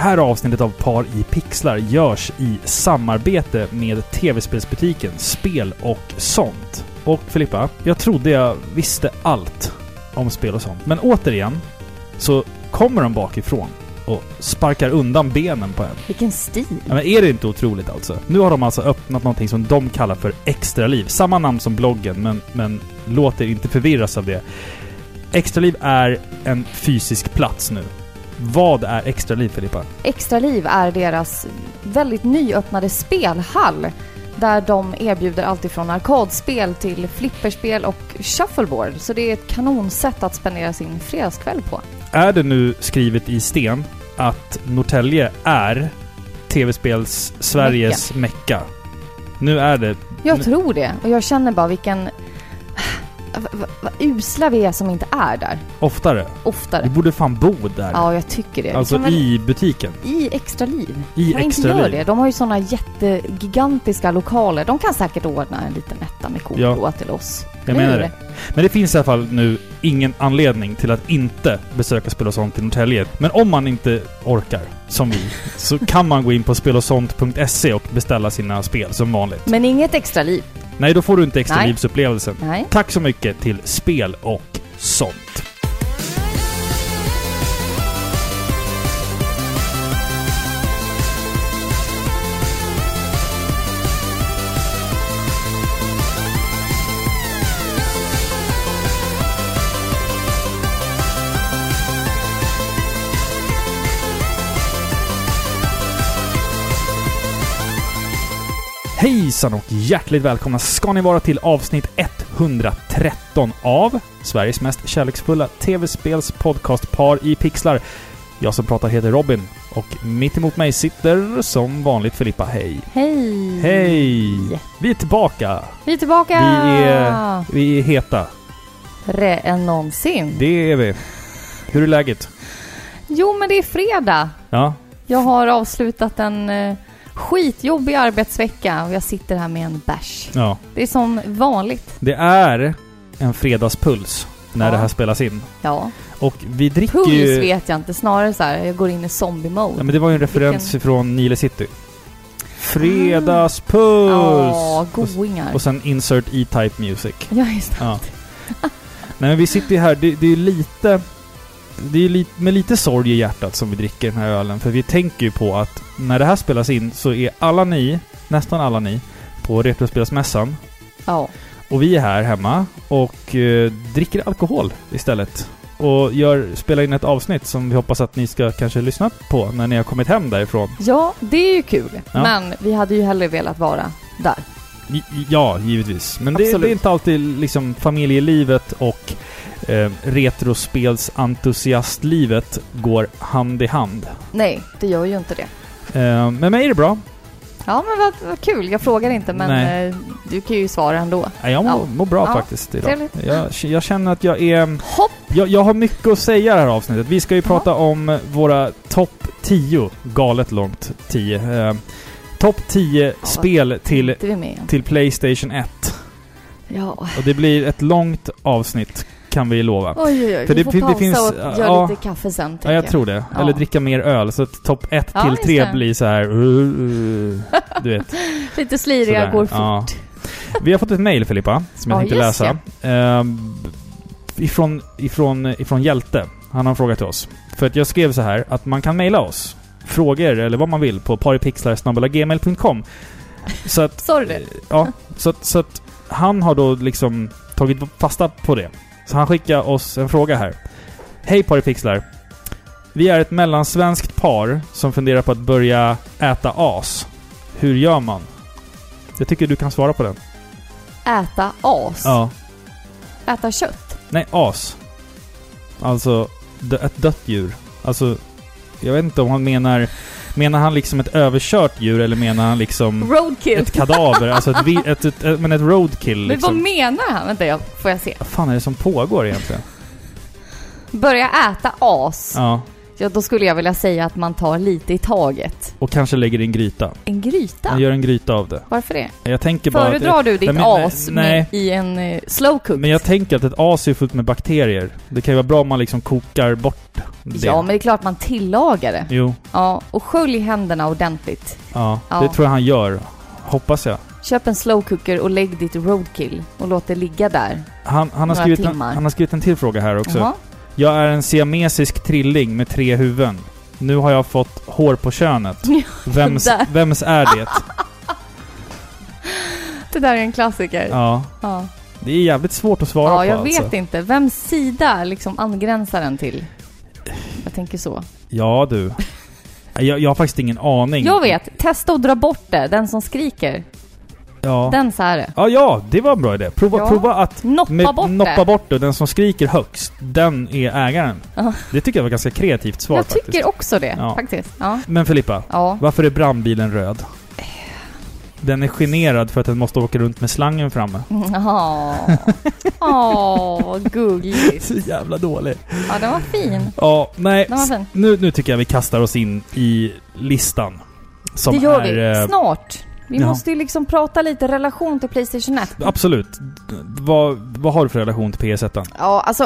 här avsnittet av Par i pixlar görs i samarbete med tv-spelsbutiken Spel och sånt. Och Filippa, jag trodde jag visste allt om spel och sånt. Men återigen så kommer de bakifrån och sparkar undan benen på en. Vilken stil. Ja, men är det inte otroligt alltså? Nu har de alltså öppnat någonting som de kallar för Extraliv. Samma namn som bloggen, men låt er inte förvirras av det. Extraliv är en fysisk plats nu. Vad är Extraliv, Filippa? Extraliv är deras väldigt nyöppnade spelhall där de erbjuder allt ifrån arkadspel till flipperspel och shuffleboard. Så det är ett kanonsätt att spendera sin fredagskväll på. Är det nu skrivet i sten att Norrtälje är tv-spels Sveriges Mecka? Nu är det... Jag tror det. Och jag känner bara vilken... Vad usla vi är som inte är där. Oftare. Vi borde fan bo där. Ja, jag tycker det. Alltså i butiken. I Extraliv. I Extraliv. Det. De har ju såna jättegigantiska lokaler. De kan säkert ordna en liten etta med kokboa till oss. Jag menar det. Men det finns i alla fall nu ingen anledning till att inte besöka Spel och sånt i Norrtälje. Men om man inte orkar, som vi, så kan man gå in på spelosont.se och beställa sina spel som vanligt. Men inget Extraliv. Nej, då får du inte Extralivsupplevelsen. Nej. Tack så mycket till Spel och sånt. Hejsan och hjärtligt välkomna ska ni vara till avsnitt 113 av Sveriges mest kärleksfulla tv-spels podcast Par i pixlar. Jag som pratar heter Robin och mitt emot mig sitter som vanligt Filippa. Hej! Hej! Hej! Vi är tillbaka! Vi är tillbaka! Vi är heta. Än någonsin. Det är vi. Hur är läget? Jo, men det är fredag. Ja. Jag har avslutat en... skitjobbig arbetsvecka och jag sitter här med en bärs. Ja. Det är som vanligt. Det är en fredagspuls när det här spelas in. Ja. Och vi dricker Puls ju... vet jag inte. Snarare så här, jag går in i zombie-mode. Ja, men det var ju en referens från Nile City. Fredagspuls! Ja, goingar. Och sen insert E-Type Music. Ja, just det. Ja. Nej, men vi sitter ju här. Det är lite... Det är med lite sorg i hjärtat som vi dricker den här ölen. För vi tänker ju på att när det här spelas in så är nästan alla ni, på Retrospelsmässan. Ja. Och vi är här hemma och dricker alkohol istället. Och spelar in ett avsnitt som vi hoppas att ni ska kanske lyssna på när ni har kommit hem därifrån. Ja, det är ju kul. Ja. Men vi hade ju hellre velat vara där. Ja, givetvis. Men det är inte alltid liksom familjelivet och retrospelsentusiastlivet går hand i hand. Nej, det gör ju inte det. Med mig är det bra. Ja, men vad kul. Jag frågar inte, men du kan ju svara ändå. Ja, jag mår bra faktiskt idag. Jag känner att jag är... Hopp! Jag har mycket att säga i det här avsnittet. Vi ska ju prata om våra topp 10, galet långt 10. Topp 10 spel till PlayStation 1. Ja. Och det blir ett långt avsnitt, kan vi lova. Oj. För vi får pausa finns, och göra lite kaffe sen. Ja, jag tror det. Ja. Eller dricka mer öl. Så att topp 1 till 3 blir så här... du vet. Lite sliriga, sådär. Går fort. Ja. Vi har fått ett mejl, Filippa, som jag tänkte läsa. Ifrån Hjälte. Han har en fråga till oss. För att jag skrev så här att man kan mejla oss frågor eller vad man vill på paripixlar@gmail.com. Så att... Sorry det. Ja, så att han har då liksom tagit fasta på det. Så han skickar oss en fråga här. Hej Paripixlar. Vi är ett mellansvenskt par som funderar på att börja äta as. Hur gör man? Jag tycker du kan svara på den. Äta as? Ja. Äta kött? Nej, as. Alltså ett dött djur. Alltså, jag vet inte om han menar han liksom ett överkört djur eller menar han liksom roadkill. Ett kadaver, alltså ett roadkill liksom. Men vad menar han? Vänta, får jag se. Vad fan är det som pågår egentligen? Börja äta as? Ja. Ja, då skulle jag vilja säga att man tar lite i taget. Och kanske lägger i en gryta. En gryta? Man gör en gryta av det. Varför det? Jag tänker bara föredrar du ditt as nej. i en slow cook? Men jag tänker att ett as är fullt med bakterier. Det kan ju vara bra om man liksom kokar bort det. Ja, men det är klart man tillagar det. Jo. Ja, och skölj händerna ordentligt. Ja, det tror jag han gör. Hoppas jag. Köp en slow cooker och lägg ditt roadkill och låt det ligga där. Han har skrivit en till fråga här också. Jaha. Jag är en siamesisk trilling med 3 huvuden. Nu har jag fått hår på könet. Vems är det? Det där är en klassiker. Ja. Det är jävligt svårt att svara på. Ja, jag vet inte. Vems sida liksom angränsar den till? Jag tänker så. Ja, du. Jag har faktiskt ingen aning. Jag vet. Testa att dra bort det. Den som skriker. Ja. Den så här. Ja, det var en bra idé. Prova att noppa bort det. Den som skriker högst, den är ägaren. Det tycker jag var ganska kreativt svar faktiskt. Jag tycker också det, faktiskt. Ja. Men Filippa, varför är brandbilen röd? Den är generad för att den måste åka runt med slangen framme. Gulligt. Så jävla dålig. Ja, den var fin. Ja, nej. Den var fin. Nu tycker jag vi kastar oss in i listan. Som det gör vi. Snart. Vi måste ju liksom prata lite relation till PlayStation 1. Absolut. Vad har du för relation till PS1? Ja, alltså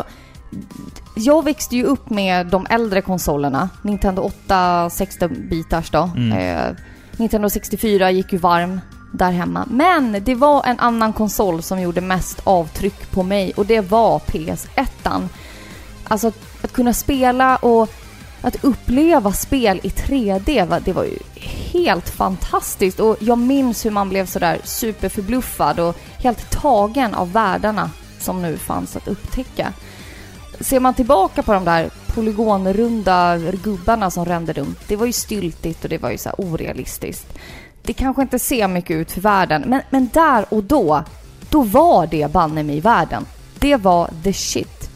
jag växte ju upp med de äldre konsolerna. Nintendo 8 16-bitars då. Nintendo 64 gick ju varm där hemma. Men det var en annan konsol som gjorde mest avtryck på mig. Och det var PS1. Alltså att kunna spela och att uppleva spel i 3D, det var ju helt fantastiskt. Och jag minns hur man blev så där superförbluffad och helt tagen av världarna som nu fanns att upptäcka. Ser man tillbaka på de där polygonrunda gubbarna som rände runt, det var ju styltigt och det var ju så här orealistiskt. Det kanske inte ser mycket ut för världen, men där och då var det banne mig världen. Det var the shit.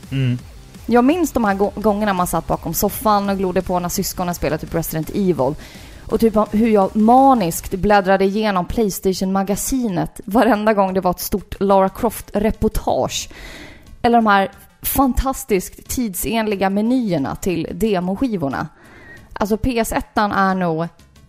Jag minns de här gångerna man satt bakom soffan och glodde på när syskonen spelade typ Resident Evil. Och typ hur jag maniskt bläddrade igenom PlayStation-magasinet varenda gång det var ett stort Lara Croft-reportage. Eller de här fantastiskt tidsenliga menyerna till demoskivorna. Alltså PS1 är nog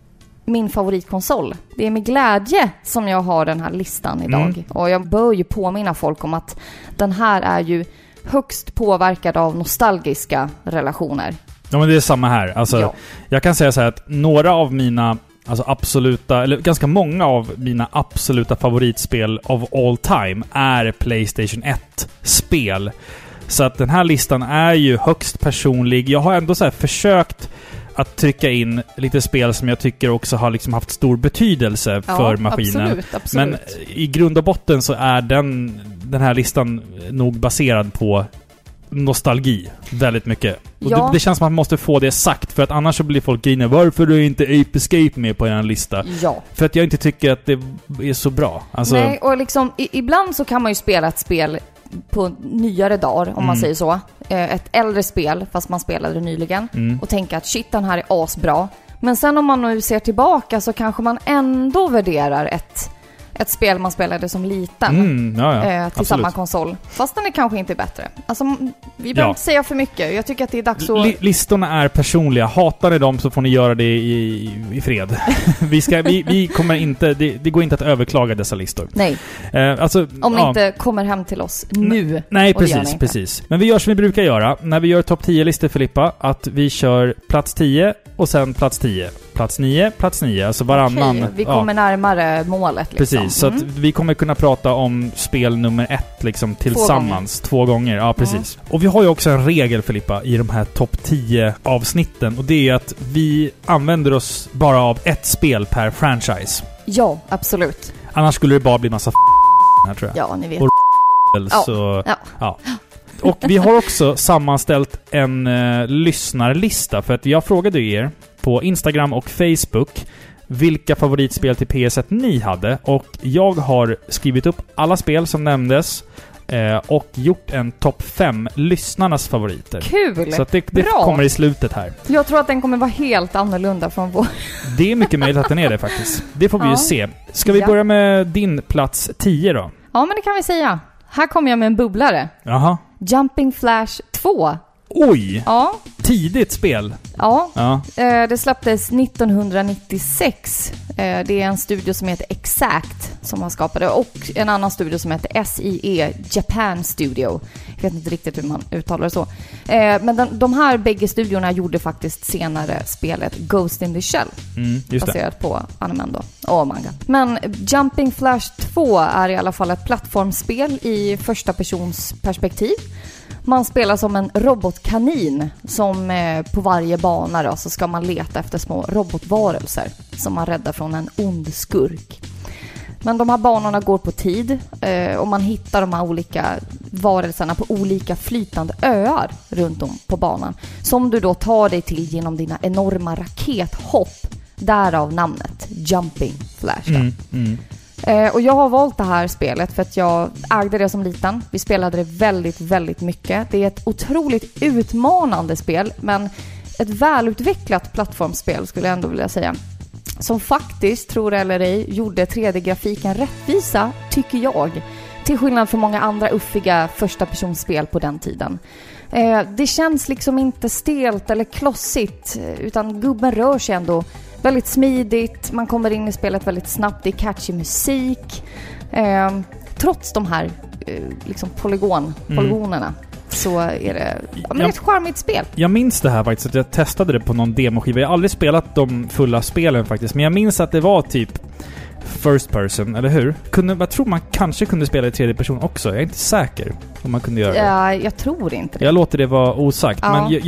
min favoritkonsol. Det är med glädje som jag har den här listan idag. Och jag bör ju påminna folk om att den här är ju högst påverkad av nostalgiska relationer. Ja, men det är samma här. Alltså, jag kan säga så här att några av mina absoluta, eller ganska många av mina absoluta favoritspel of all time är PlayStation 1-spel. Så att den här listan är ju högst personlig. Jag har ändå så här försökt att trycka in lite spel som jag tycker också har liksom haft stor betydelse för maskinen. Absolut. Men i grund och botten så är den här listan nog baserad på nostalgi väldigt mycket. Och det känns som att man måste få det sagt, för att annars så blir folk grina. Varför är inte Ape Escape med på en lista? Ja. För att jag inte tycker att det är så bra. Alltså, nej, och liksom ibland så kan man ju spela ett spel på nyare dagar, om man säger så. Ett äldre spel, fast man spelade det nyligen. Och tänka att shit, den här är asbra. Men sen om man nu ser tillbaka så kanske man ändå värderar ett spel man spelade som liten till samma konsol. Fast den är kanske inte bättre. Alltså, vi behöver inte säga för mycket. Jag tycker att det är dags att... Listorna är personliga. Hatar ni dem så får ni göra det i fred. vi kommer inte... Det går inte att överklaga dessa listor. Nej. Om ni inte kommer hem till oss nu. Nej, precis. Men vi gör som vi brukar göra. När vi gör topp 10-listor, Filippa, att vi kör plats 10 och sen plats 10. Plats 9, plats 9. Alltså varannan... Okej, vi kommer närmare målet. Liksom. Precis, så att vi kommer kunna prata om spel nummer 1 liksom, tillsammans. 2 gånger. Ja, precis. Och vi har ju också en regel, Filippa, i de här topp 10-avsnitten. Och det är att vi använder oss bara av ett spel per franchise. Ja, absolut. Annars skulle det bara bli massa här, tror jag. Ja, ni vet. Och Och vi har också sammanställt en lyssnarlista. För att jag frågade er på Instagram och Facebook vilka favoritspel till PS1 ni hade. Och jag har skrivit upp alla spel som nämndes och gjort en topp 5 lyssnarnas favoriter. Kul! Så att det kommer i slutet här. Jag tror att den kommer vara helt annorlunda från vår. Det är mycket möjligt att den är det faktiskt. Det får vi ju se. Ska vi börja med din plats 10 då? Ja, men det kan vi säga. Här kommer jag med en bubblare. Jaha. Jumping Flash 2. Oj! Ja. Tidigt spel. Ja. Ja. Det släpptes 1996. Det är en studio som heter Exact som har skapat det och en annan studio som heter SIE Japan Studio. Jag vet inte riktigt hur man uttalar det så. Men de här bägge studiorna gjorde faktiskt senare spelet Ghost in the Shell. Just baserat på animen då och manga. Men Jumping Flash 2 är i alla fall ett plattformsspel i första persons perspektiv. Man spelar som en robotkanin som på varje bana då, så ska man leta efter små robotvarelser som man räddar från en ond skurk. Men de här banorna går på tid och man hittar de här olika varelserna på olika flytande öar runt om på banan som du då tar dig till genom dina enorma rakethopp. Därav namnet Jumping Flash. Och jag har valt det här spelet för att jag ägde det som liten. Vi spelade det väldigt, väldigt mycket. Det är ett otroligt utmanande spel, men ett välutvecklat plattformsspel skulle jag ändå vilja säga. Som faktiskt, tror det eller ej, gjorde 3D-grafiken rättvisa, tycker jag. Till skillnad från många andra uffiga första personspel på den tiden. Det känns liksom inte stelt eller klossigt, utan gubben rör sig ändå väldigt smidigt. Man kommer in i spelet väldigt snabbt. Det är catchy musik. Trots de här liksom polygonerna så är det ett charmigt spel. Jag minns det här faktiskt, att jag testade det på någon demoskiva. Jag har aldrig spelat de fulla spelen faktiskt, men jag minns att det var typ first person, eller hur? Jag tror man kanske kunde spela i tredje person också. Jag är inte säker om man kunde göra det. Ja, jag tror inte det. Jag låter det vara osagt. Ja. Men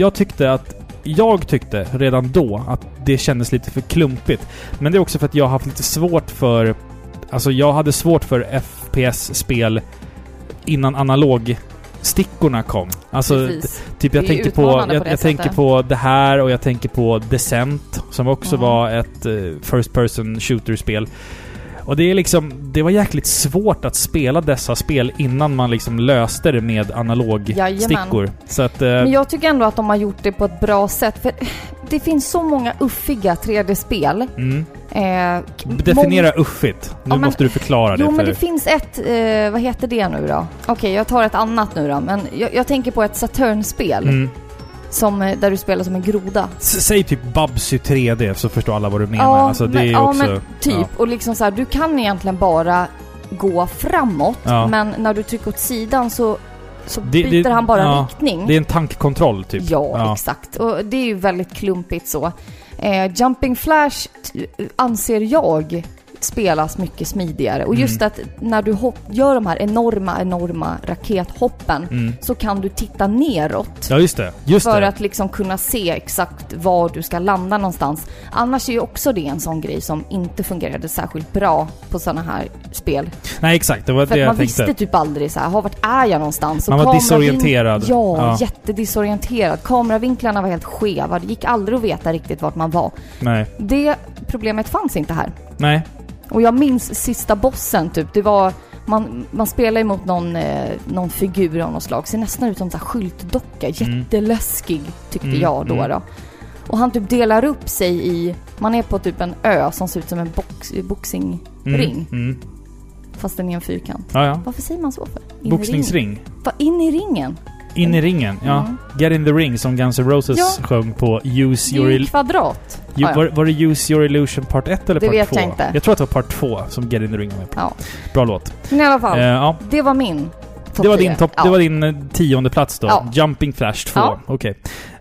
jag tyckte redan då att det kändes lite för klumpigt. Men det är också för att jag har haft lite svårt för... Alltså jag hade svårt för FPS-spel innan analogstickorna kom. Alltså typ jag tänker på det här och jag tänker på Descent som också var ett first person shooter-spel. Och det är liksom, det var jäkligt svårt att spela dessa spel innan man liksom löste det med analogstickor. Så att, men jag tycker ändå att de har gjort det på ett bra sätt. För det finns så många uffiga 3D-spel. Definiera uffigt. Nu måste du förklara det. Jo, men det finns ett... vad heter det nu då? Okej, jag tar ett annat nu då. Men jag tänker på ett Saturn-spel. Där du spelar som en groda. Säg typ Babsy 3D så förstår alla vad du menar. Ja, alltså, det är också, men typ. Ja. Och liksom så här, du kan egentligen bara gå framåt. Ja. Men när du trycker åt sidan så byter han bara riktning. Det är en tankkontroll typ. Ja, exakt. Och det är ju väldigt klumpigt så. Jumping Flash anser jag spelas mycket smidigare. Och just att när du gör de här enorma rakethoppen så kan du titta neråt. Ja, just för att liksom kunna se exakt var du ska landa någonstans. Annars är ju också det en sån grej som inte fungerade särskilt bra på såna här spel. Nej, exakt. Det var för det man visste typ aldrig så här, vart är jag någonstans? Man var disorienterad. Ja, jättedisorienterad. Kameravinklarna var helt skeva. Det gick aldrig att veta riktigt vart man var. Nej. Det problemet fanns inte här. Nej. Och jag minns sista bossen typ, det var man spelar emot någon figur av något slag, ser nästan ut som en skyltdocka, jätteläskig tyckte jag då. Och han typ delar upp sig i, man är på typ en ö som ser ut som en boxingring. Fast den är en fyrkant. Ja. Varför säger man så för? Boxningsring. Vad in i ringen? In i ringen, ja. Get in the ring som Guns N' Roses sjöng på Use Your kvadrat. Var det Use Your Illusion part 1 eller part 2? Det vet jag inte. Jag tror att det var part 2 som Get in the ring var med på. Ja. Bra låt. Men i alla fall, det var min topp 10. Det var din 10:e plats då. Ja. Jumping Flash 2. Ja. Okej.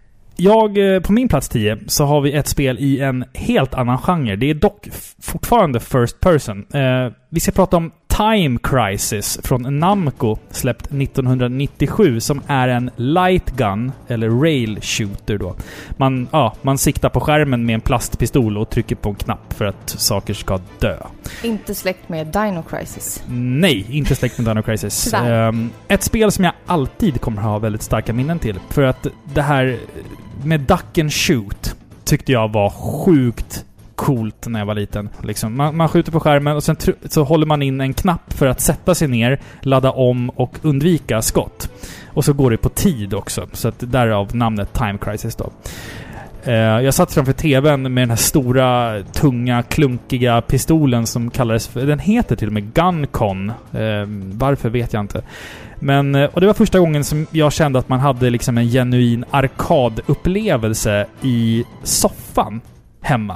På min plats 10 så har vi ett spel i en helt annan genre. Det är dock fortfarande first person. Vi ska prata om Time Crisis från Namco, släppt 1997, som är en light gun eller rail shooter då. Man siktar på skärmen med en plastpistol och trycker på en knapp för att saker ska dö. Inte släkt med Dino Crisis. Nej, inte släkt med Dino Crisis. Ett spel som jag alltid kommer ha väldigt starka minnen till, för att det här med duck and shoot tyckte jag var sjukt coolt när jag var liten. Liksom. Man skjuter på skärmen och sen så håller man in en knapp för att sätta sig ner, ladda om och undvika skott. Och så går det på tid också. Så att därav namnet Time Crisis då. Jag satt framför tvn med den här stora, tunga, klunkiga pistolen som kallades för, den heter till och med Guncon. Varför vet jag inte. Men, och det var första gången som jag kände att man hade liksom en genuin arkadupplevelse i soffan hemma.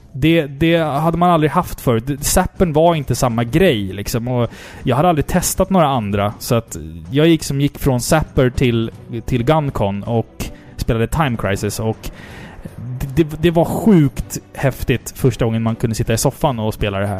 Det hade man aldrig haft förut. Zappen var inte samma grej liksom, och jag hade aldrig testat några andra, så att jag gick från Zapper till Guncon och spelade Time Crisis, och det var sjukt häftigt första gången man kunde sitta i soffan och spela det här.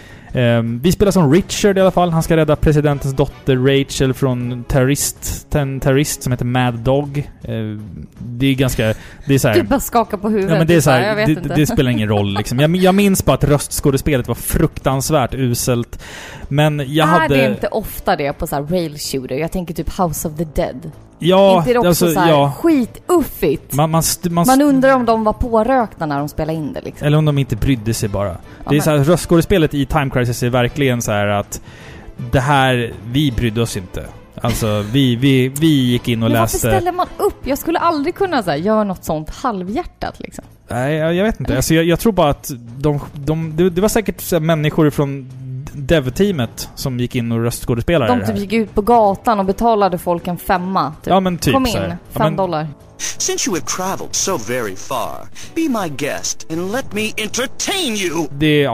Vi spelar som Richard i alla fall. Han ska rädda presidentens dotter Rachel från en terrorist som heter Mad Dog. Det är ganska... Det är så här, du bara skakar på huvudet. Ja, men det är så här, jag vet inte. Det spelar ingen roll liksom. Jag minns bara att röstskådespelet var fruktansvärt uselt. Men jag hade... det inte ofta det på så här rail shooter? Jag tänker typ House of the Dead. Ja, inte det också alltså, så här ja. skituffigt? Man undrar om de var pårökta när de spelade in det liksom. Eller om de inte brydde sig bara. Det är så här, röstskådespelet i Time Crisis är verkligen så här att det här, vi brydde oss inte. Alltså, vi gick in och men läste... varför ställer man upp? Jag skulle aldrig kunna så här, göra något sånt halvhjärtat liksom. Nej, jag vet inte. Alltså, jag tror bara att det var säkert så här, människor från dev-teamet som gick in och röstskådespelade. De typ gick ut på gatan och betalade folk en 5. Typ. Ja, men typ kom in, $5. Since you have traveled so very far, be my guest and let me entertain you.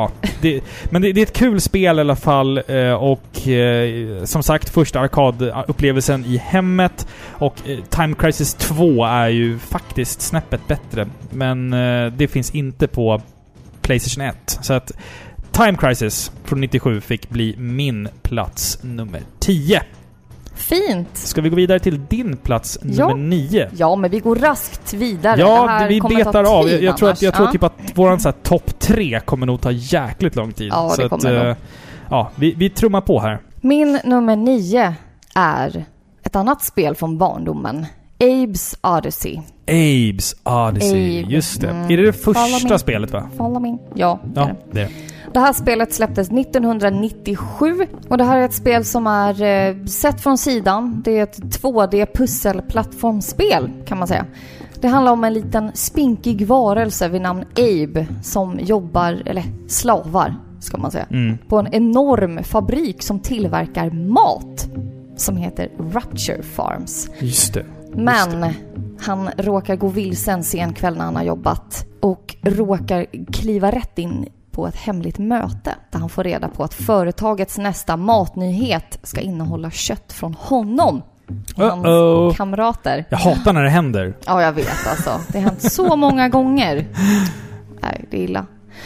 Men det är ett kul spel i alla fall, och som sagt, första arkadupplevelsen i hemmet, och Time Crisis 2 är ju faktiskt snäppet bättre, men det finns inte på PlayStation 1. Så att Time Crisis från 97 fick bli min plats nummer 10. Fint. Ska vi gå vidare till din plats nummer 9? Ja, men vi går raskt vidare. Ja, vi betar av. Jag tror typ typ att våran så här topp 3 kommer nog ta jäkligt lång tid. Ja, så det kommer nog. Ja, vi trummar på här. Min nummer 9 är ett annat spel från barndomen. Abe's Odyssey. Abe's Odyssey, just det. Är det första spelet, va? Follow me. Ja, det är det här spelet släpptes 1997 och det här är ett spel som är sett från sidan. Det är ett 2D-pusselplattformsspel kan man säga. Det handlar om en liten spinkig varelse vid namn Abe som jobbar, eller slavar ska man säga, på en enorm fabrik som tillverkar mat som heter Rapture Farms. Just det. Men han råkar gå vilsen sen kväll när han har jobbat och råkar kliva rätt in på ett hemligt möte där han får reda på att företagets nästa matnyhet ska innehålla kött från honom och hans kamrater. Jag hatar när det händer. Ja, jag vet alltså. Det har hänt så många gånger. Nej, det är illa.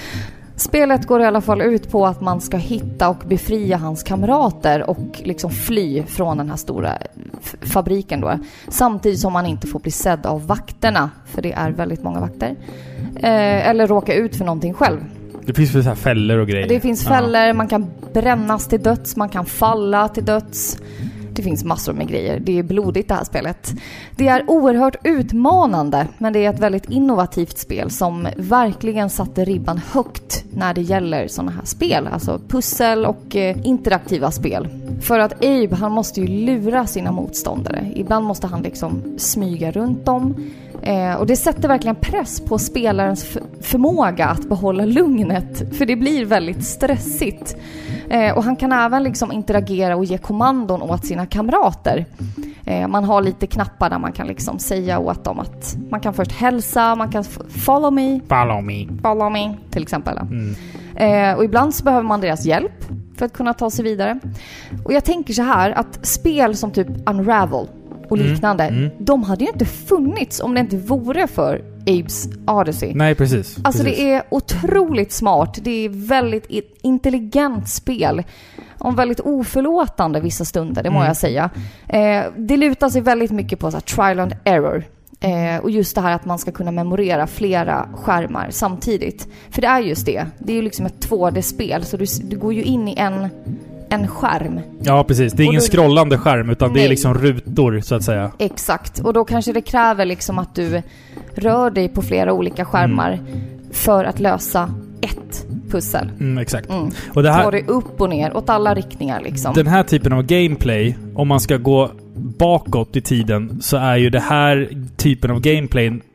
Spelet går i alla fall ut på att man ska hitta och befria hans kamrater och liksom fly från den här stora fabriken då. Samtidigt som man inte får bli sedd av vakterna, för det är väldigt många vakter. Eller råka ut för någonting själv. Det finns väl så här fällor och grejer. Det finns fällor, man kan brännas till döds, man kan falla till döds. Det finns massor med grejer. Det är blodigt det här spelet. Det är oerhört utmanande, men det är ett väldigt innovativt spel som verkligen satte ribban högt när det gäller sådana här spel. Alltså pussel och interaktiva spel. För att Abe, han måste ju lura sina motståndare. Ibland måste han liksom smyga runt dem. Och det sätter verkligen press på spelarens förmåga att behålla lugnet. För det blir väldigt stressigt. Och han kan även liksom interagera och ge kommandon åt sina kamrater. Man har lite knappar där man kan liksom säga åt dem att man kan först hälsa, man kan follow me till exempel. Och ibland så behöver man deras hjälp för att kunna ta sig vidare. Och jag tänker så här att spel som typ Unravel och liknande, de hade ju inte funnits om det inte vore för Abe's Odyssey. Nej, precis. Alltså det är otroligt smart. Det är väldigt intelligent spel. Och väldigt oförlåtande vissa stunder, det må jag säga. Det lutar sig väldigt mycket på så här, trial and error. Och just det här att man ska kunna memorera flera skärmar samtidigt. För det är just det. Det är ju liksom ett 2D-spel. Så du går ju in i en skärm. Ja, precis. Det är ingen scrollande skärm utan det är liksom rutor så att säga. Exakt. Och då kanske det kräver liksom att du rör dig på flera olika skärmar för att lösa ett pussel. Exakt. Och det här, tar det upp och ner åt alla riktningar liksom. Den här typen av gameplay, om man ska gå bakåt i tiden, så är ju det här typen av gameplay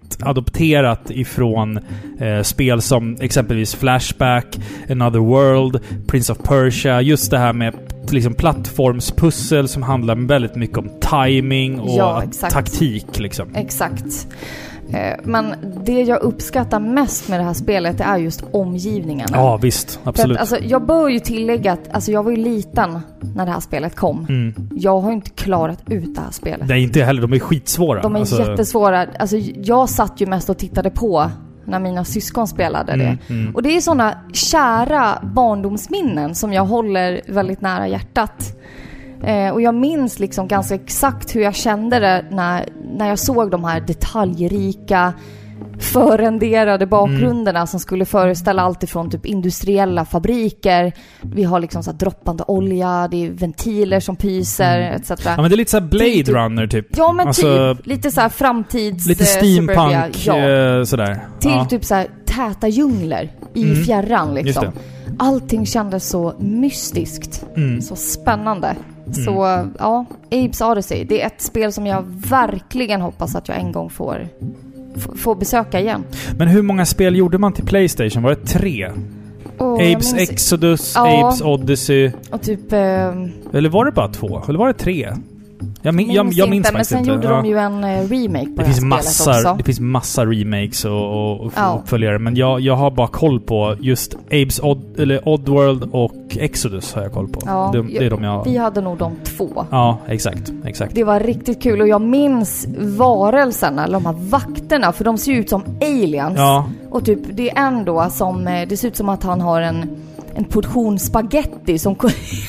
adopterat ifrån spel som exempelvis Flashback, Another World, Prince of Persia. Just det här med liksom plattformspussel som handlar väldigt mycket om timing och taktik liksom. Exakt. Men det jag uppskattar mest med det här spelet är just omgivningarna. Ja, visst. Absolut. Att, alltså, jag bör ju tillägga att jag var ju liten när det här spelet kom. Jag har ju inte klarat ut det här spelet. Nej, inte heller. De är skitsvåra. De är jättesvåra. Alltså, jag satt ju mest och tittade på när mina syskon spelade det. Och det är såna kära barndomsminnen som jag håller väldigt nära hjärtat. Och jag minns liksom ganska exakt hur jag kände det när jag såg de här detaljrika förrenderade bakgrunderna som skulle föreställa allt ifrån typ industriella fabriker. Vi har liksom så här droppande olja, det är ventiler som pyser, etc. Ja, men det är lite så här Blade Runner typ. Ja, men alltså, typ lite så här framtids... Lite steampunk, sådär. Till typ så här täta djungler i fjärran liksom. Allting kändes så mystiskt, så spännande. Så ja, Abe's Odyssey, det är ett spel som jag verkligen hoppas att jag en gång får besöka igen. Men hur många spel gjorde man till PlayStation? Var det 3? Abe's Exodus, Abe's Odyssey. Och typ... Eller var det bara 2? Eller var det 3? Jag minns inte, faktiskt men sen inte. gjorde de ju en remake på det här spelet också. Det finns massa remakes och uppföljare. Men jag har bara koll på just Oddworld och Exodus har jag koll på. Ja, det är de jag... Vi hade nog de 2. Ja, exakt. Det var riktigt kul och jag minns varelserna, eller de här vakterna, för de ser ut som aliens. Ja. Och typ, det är en då som, det ser ut som att han har en portion spaghetti som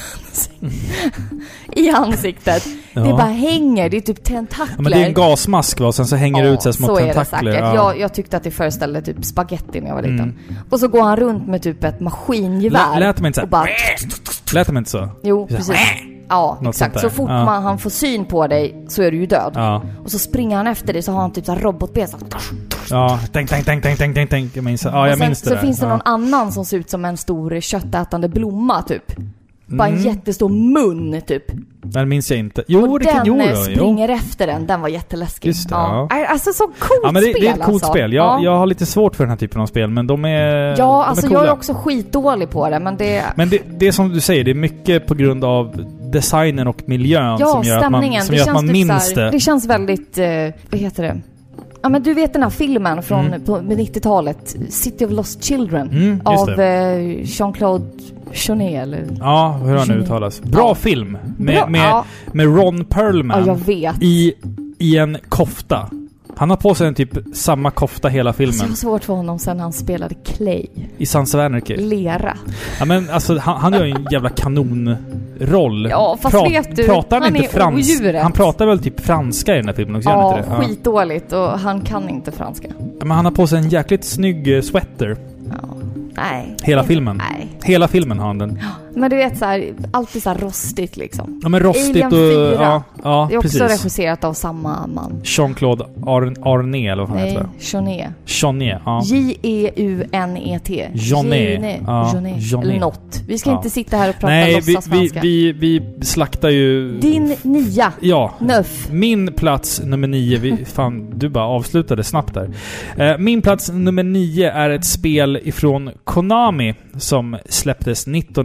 i ansiktet. Ja. Det bara hänger, det är typ tentakler. Ja, men det är en gasmask, va? Och sen så hänger det ut så små tentakler. Ja. Jag tyckte att det föreställde typ spaghetti när jag var liten. Och så går han runt med typ ett maskingevär. Lät man inte så? Och bara... Lät man inte så? Jo, precis. Ja, exakt. Så fort han får syn på dig så är du ju död. Ja. Och så springer han efter dig, så har han typ så här robotben. Ja, tänk. Jag minns det. Så finns det någon annan som ser ut som en stor köttätande blomma typ. Bara en jättestor mun typ. Den minns jag inte. Jo, och den springer efter den var jätteläskig. Just det, Alltså så coolt men det spel. Det är ett coolt spel. Jag har lite svårt för den här typen av spel, men de är... Ja, alltså jag är också skitdålig på det, men det... Men det är som du säger, det är mycket på grund av designen och miljön som gör att man minns det. Det känns väldigt, vad heter det? Ja, men du vet den här filmen från 90-talet, City of Lost Children, av Jean-Claude Jeunet, eller? Ja, hur han uttalas. Bra film med Ron Perlman. Ja, jag vet. I en kofta. Han har på sig en typ samma kofta hela filmen. Så svårt för honom sen han spelade Clay. I Sons of Anarchy. Lera. Ja, men alltså han gör ju en jävla kanonroll. Ja, fast vet du, pratar han inte odjuret. Han pratar väl typ franska i den här filmen också, ja, inte det? skitdåligt, och han kan inte franska. Ja, men han har på sig en jäkligt snygg sweater. Ja. Nej. Hela filmen. Nej. Hela filmen har han den. Men du vet så här, alltid så här rostigt liksom. Ja, men rostigt Alien 4. Ja, det är också precis. Regisserat av samma man. Jean-Claude Arné, eller vad han heter. Jeunet. Ja. J-E-U-N-E-T. Jeunet. Eller något. Vi ska inte sitta här och prata låtsasfranska. Vi slaktar ju... Din 9. Ja. 9. Min plats nummer 9. Fan, du bara avslutade snabbt där. Min plats nummer 9 är ett spel ifrån Konami som släpptes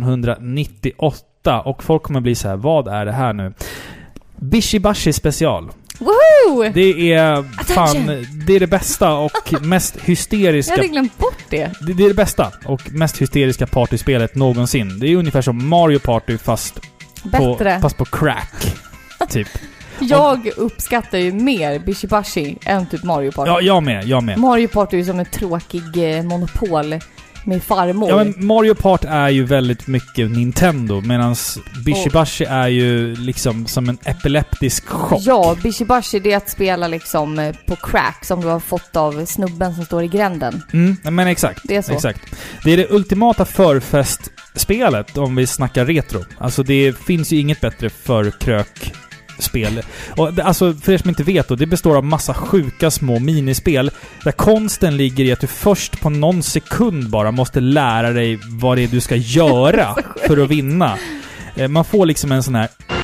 1998. Och folk kommer bli så här: vad är det här nu? Bishi Bashi special. Woohoo! Det är det är det bästa och mest hysteriska... Jag hade glömt bort det. Det är det bästa och mest hysteriska partyspelet någonsin. Det är ungefär som Mario Party fast på crack. Typ. Jag uppskattar ju mer Bishi Bashi än typ Mario Party. Ja, jag med. Mario Party är ju som en tråkig monopol med farmor. Ja, men Mario Party är ju väldigt mycket Nintendo, medan Bishi Bashi är ju liksom som en epileptisk chock. Ja, Bishi Bashi, det är att spela liksom på crack som du har fått av snubben som står i gränden. Men exakt. Det är så. Exakt. Det är det ultimata förfestspelet om vi snackar retro. Alltså det finns ju inget bättre förkrök spel. Och alltså, för er som inte vet då, det består av massa sjuka små minispel där konsten ligger i att du först på någon sekund bara måste lära dig vad det är du ska göra för att vinna. Man får liksom en sån här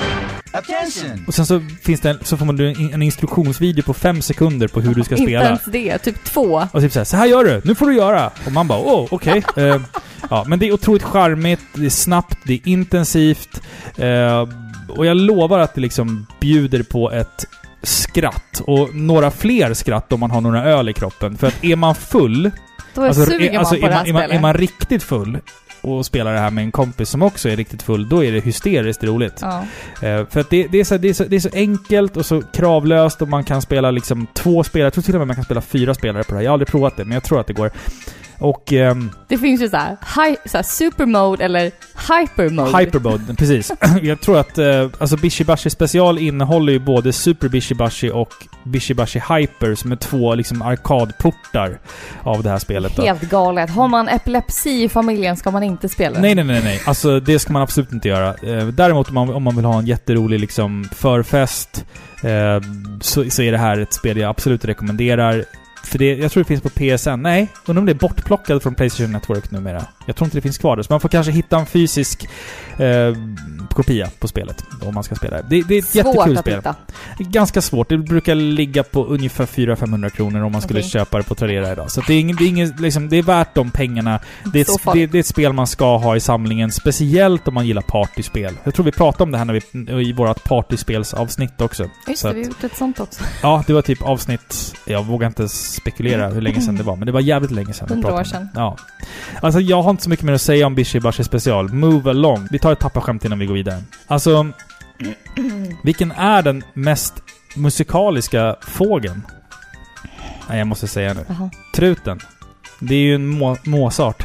Attention! Och sen så finns det så får man en instruktionsvideo på 5 sekunder på hur du ska spela. Inte ens det, typ 2. Och typ så här gör du, nu får du göra. Och man bara, okej. Ja, men det är otroligt charmigt, det är snabbt, det är intensivt. Och jag lovar att det liksom bjuder på ett skratt. Och några fler skratt om man har några öl i kroppen. För att är man full... Då suger man på det här spelet. Är man riktigt full och spelar det här med en kompis som också är riktigt full, då är det hysteriskt roligt. Ja. För att det är så enkelt och så kravlöst och man kan spela liksom 2 spelare. Jag tror till och med man kan spela 4 spelare på det här. Jag har aldrig provat det, men jag tror att det går. Och det finns ju så här super mode eller hyper mode. Hyper mode, precis. Jag tror att alltså Bishi Bashi special innehåller ju både Super Bishi Bashi och Bishi Bashi Hyper som är 2 liksom arkadportar av det här spelet då. Helt galet. Har man epilepsi i familjen ska man inte spela. Nej. Alltså det ska man absolut inte göra. Däremot om man vill ha en jätterolig liksom förfest så är det här ett spel jag absolut rekommenderar. För jag tror det finns på PSN. Nej, undrar om det är bortplockat från PlayStation Network numera. Jag tror inte det finns kvar där. Så man får kanske hitta en fysisk kopia på spelet om man ska spela det. Det är ett jättekul spel. Hitta. Ganska svårt. Det brukar ligga på ungefär 400-500 kronor om man skulle köpa det på Tradera idag. Så det är liksom, det är värt de pengarna. Det är ett spel man ska ha i samlingen. Speciellt om man gillar partyspel. Jag tror vi pratade om det här i vårat partyspelsavsnitt också. Just det, vi har gjort ett sånt också. Ja, det var typ avsnitt... Jag vågar inte spekulera hur länge sedan det var. Men det var jävligt länge sedan. 100 år sedan. Ja. Alltså jag har inte så mycket mer att säga om Bishi Bashi special. Move along. Vi tar ett pappaskämt innan vi går vidare. Alltså, vilken är den mest musikaliska fågeln? Nej, jag måste säga nu. Aha. Truten. Det är ju en Mozart.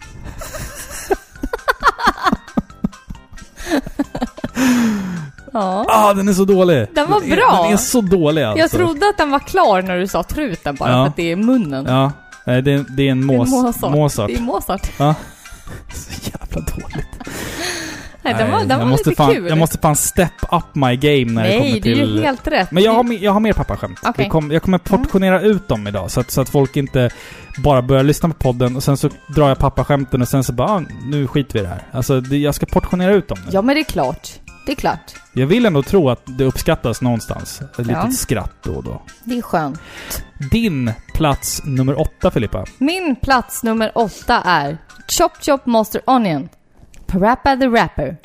Ja. Den är så dålig. Den var bra. Den är så dålig alltså. Jag trodde att den var klar när du sa truten bara för att det är munnen. Ja. Det är en Mozart. Det är Mozart. Ja. Så jävla dåligt. Nej, den var lite kul. Jag måste fan step up my game när det kommer till... Nej, det är ju helt rätt. Men jag har mer pappaskämt. Okay. Jag kommer portionera ut dem idag så att folk inte bara börjar lyssna på podden och sen så drar jag pappaskämten och sen så bara, nu skiter vi i det här. Alltså, jag ska portionera ut dem. Ja, men det är klart. Det är klart. Jag vill ändå tro att det uppskattas någonstans. Ett litet skratt då och då. Det är skönt. Din plats nummer 8, Filippa. Min plats nummer 8 är Chop Chop Monster Onion. Parappa the Rapper.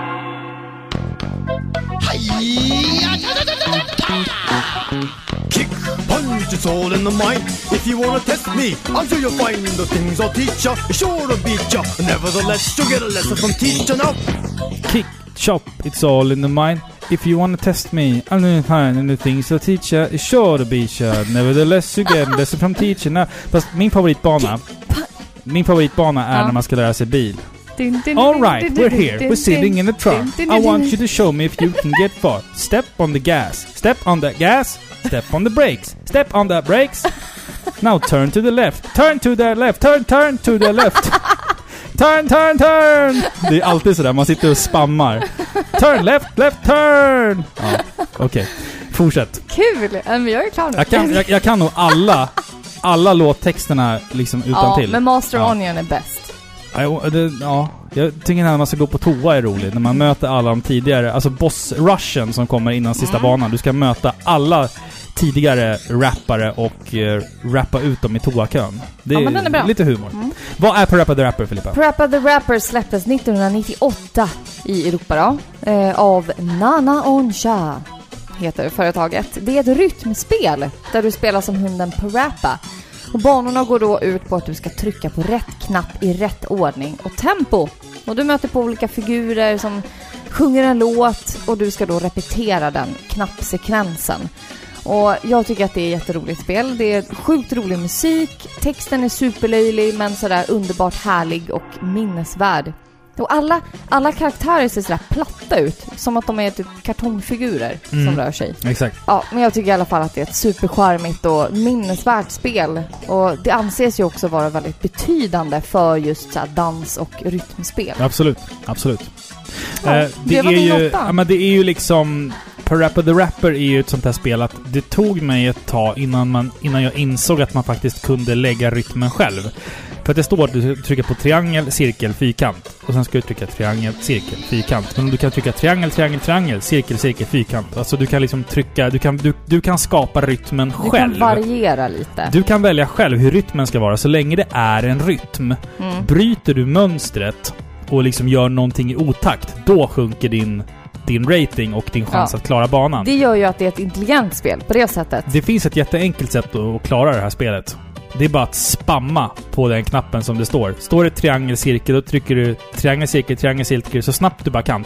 Kick, punch, it's all in the mind. If you wanna test me, I'm sure you'll find the things I'll teach ya. Sure to beat ya. Nevertheless, you'll get a lesson from teacher now. Kick, chop, it's all in the mind. If you wanna test me, I'm gonna find the things I'll teach ya. Sure to beat ya. Nevertheless, you get a lesson from teacher now. Fast min favoritbana är när man ska lära sig bil. All right, we're here. We're sitting in the trunk. I want you to show me if you can get far. Step on the gas. Step on the gas. Step on the brakes. Step on the brakes. Now turn to the left. Turn to the left. Turn to the left. Turn. Det är alltid sådär. Man sitter och spammar. Turn, left, turn. Ja, okej. Fortsätt. Kul! Men jag är klar nu. Jag kan nog alla låttexterna liksom utantill. Ja, men Master Onion är bäst. Jag tycker när man ska gå på toa är roligt. När man möter alla de tidigare, alltså boss-rushen som kommer innan sista banan. Du ska möta alla tidigare rappare och rappa ut dem i toakön. Det är, den är bra. Lite humor. Vad är Parappa the Rapper, Filippa? Parappa the Rapper släpptes 1998 i Europa då, av Nana Onsha heter företaget. Det är ett rytmspel där du spelar som hunden Parappa. Och banorna går då ut på att du ska trycka på rätt knapp i rätt ordning och tempo. Och du möter på olika figurer som sjunger en låt och du ska då repetera den knappsekvensen. Och jag tycker att det är ett jätteroligt spel. Det är sjukt rolig musik. Texten är superlöjlig men sådär underbart härlig och minnesvärd. Och alla karaktärer ser sådär platta ut. Som att de är typ kartongfigurer som rör sig. Exakt. Ja, men jag tycker i alla fall att det är ett supercharmigt och minnesvärt spel. Och det anses ju också vara väldigt betydande för just så här dans- och rytmspel. Absolut. Ja, det är ju liksom... Parappa the Rapper är ju ett sånt här spel att det tog mig ett tag innan jag insåg att man faktiskt kunde lägga rytmen själv. För att det står att du trycker på triangel, cirkel, fyrkant. Och sen ska du trycka triangel, cirkel, fyrkant. Men du kan trycka triangel, cirkel, fyrkant. Alltså du kan liksom trycka... Du kan skapa rytmen själv. Du kan variera lite. Du kan välja själv hur rytmen ska vara så länge det är en rytm. Bryter du mönstret och liksom gör någonting i otakt, då sjunker din rating och din chans att klara banan. Det gör ju att det är ett intelligent spel på det sättet. Det finns ett jätteenkelt sätt att klara det här spelet. Det är bara att spamma på den knappen som det står. Står det triangel, cirkel, då trycker du triangel, cirkel så snabbt du bara kan.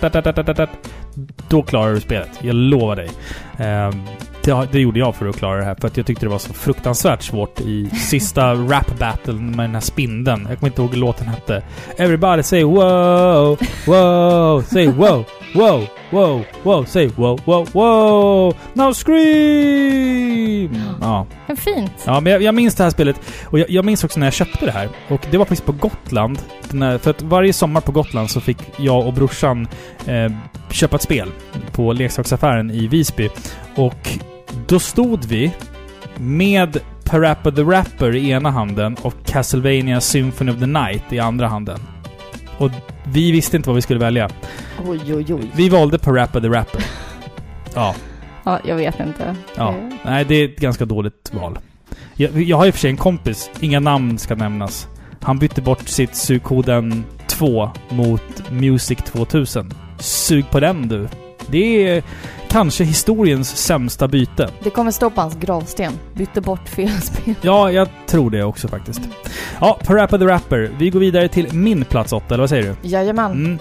Då klarar du spelet. Jag lovar dig. Det gjorde jag för att klara det här. För att jag tyckte det var så fruktansvärt svårt i sista rap-battlen med den här spindeln. Jag kommer inte ihåg hur låten hette. Everybody say wow, wow, say wow, wow, wow, wow, say wow, wow, wow. Now scream! Ja. Fint. Ja, men jag minns det här spelet. Och jag minns också när jag köpte det här. Och det var faktiskt på Gotland. För att varje sommar på Gotland så fick jag och brorsan köpa ett spel på leksaksaffären i Visby. Och då stod vi med Parappa the Rapper i ena handen och Castlevania Symphony of the Night i andra handen. Och vi visste inte vad vi skulle välja. Oj. Vi valde Parappa the Rapper. Ja. Ja, jag vet inte. Ja. Nej, det är ett ganska dåligt val. Jag har ju för sig en kompis. Inga namn ska nämnas. Han bytte bort sitt sugkoden 2 mot Music 2000. Sug på den, du. Det är kanske historiens sämsta byte. Det kommer stå på hans gravsten. Bytte bort fel spel. Ja, jag tror det också faktiskt. Ja, Parappa the Rapper. Vi går vidare till min plats 8, eller vad säger du? Jajamän.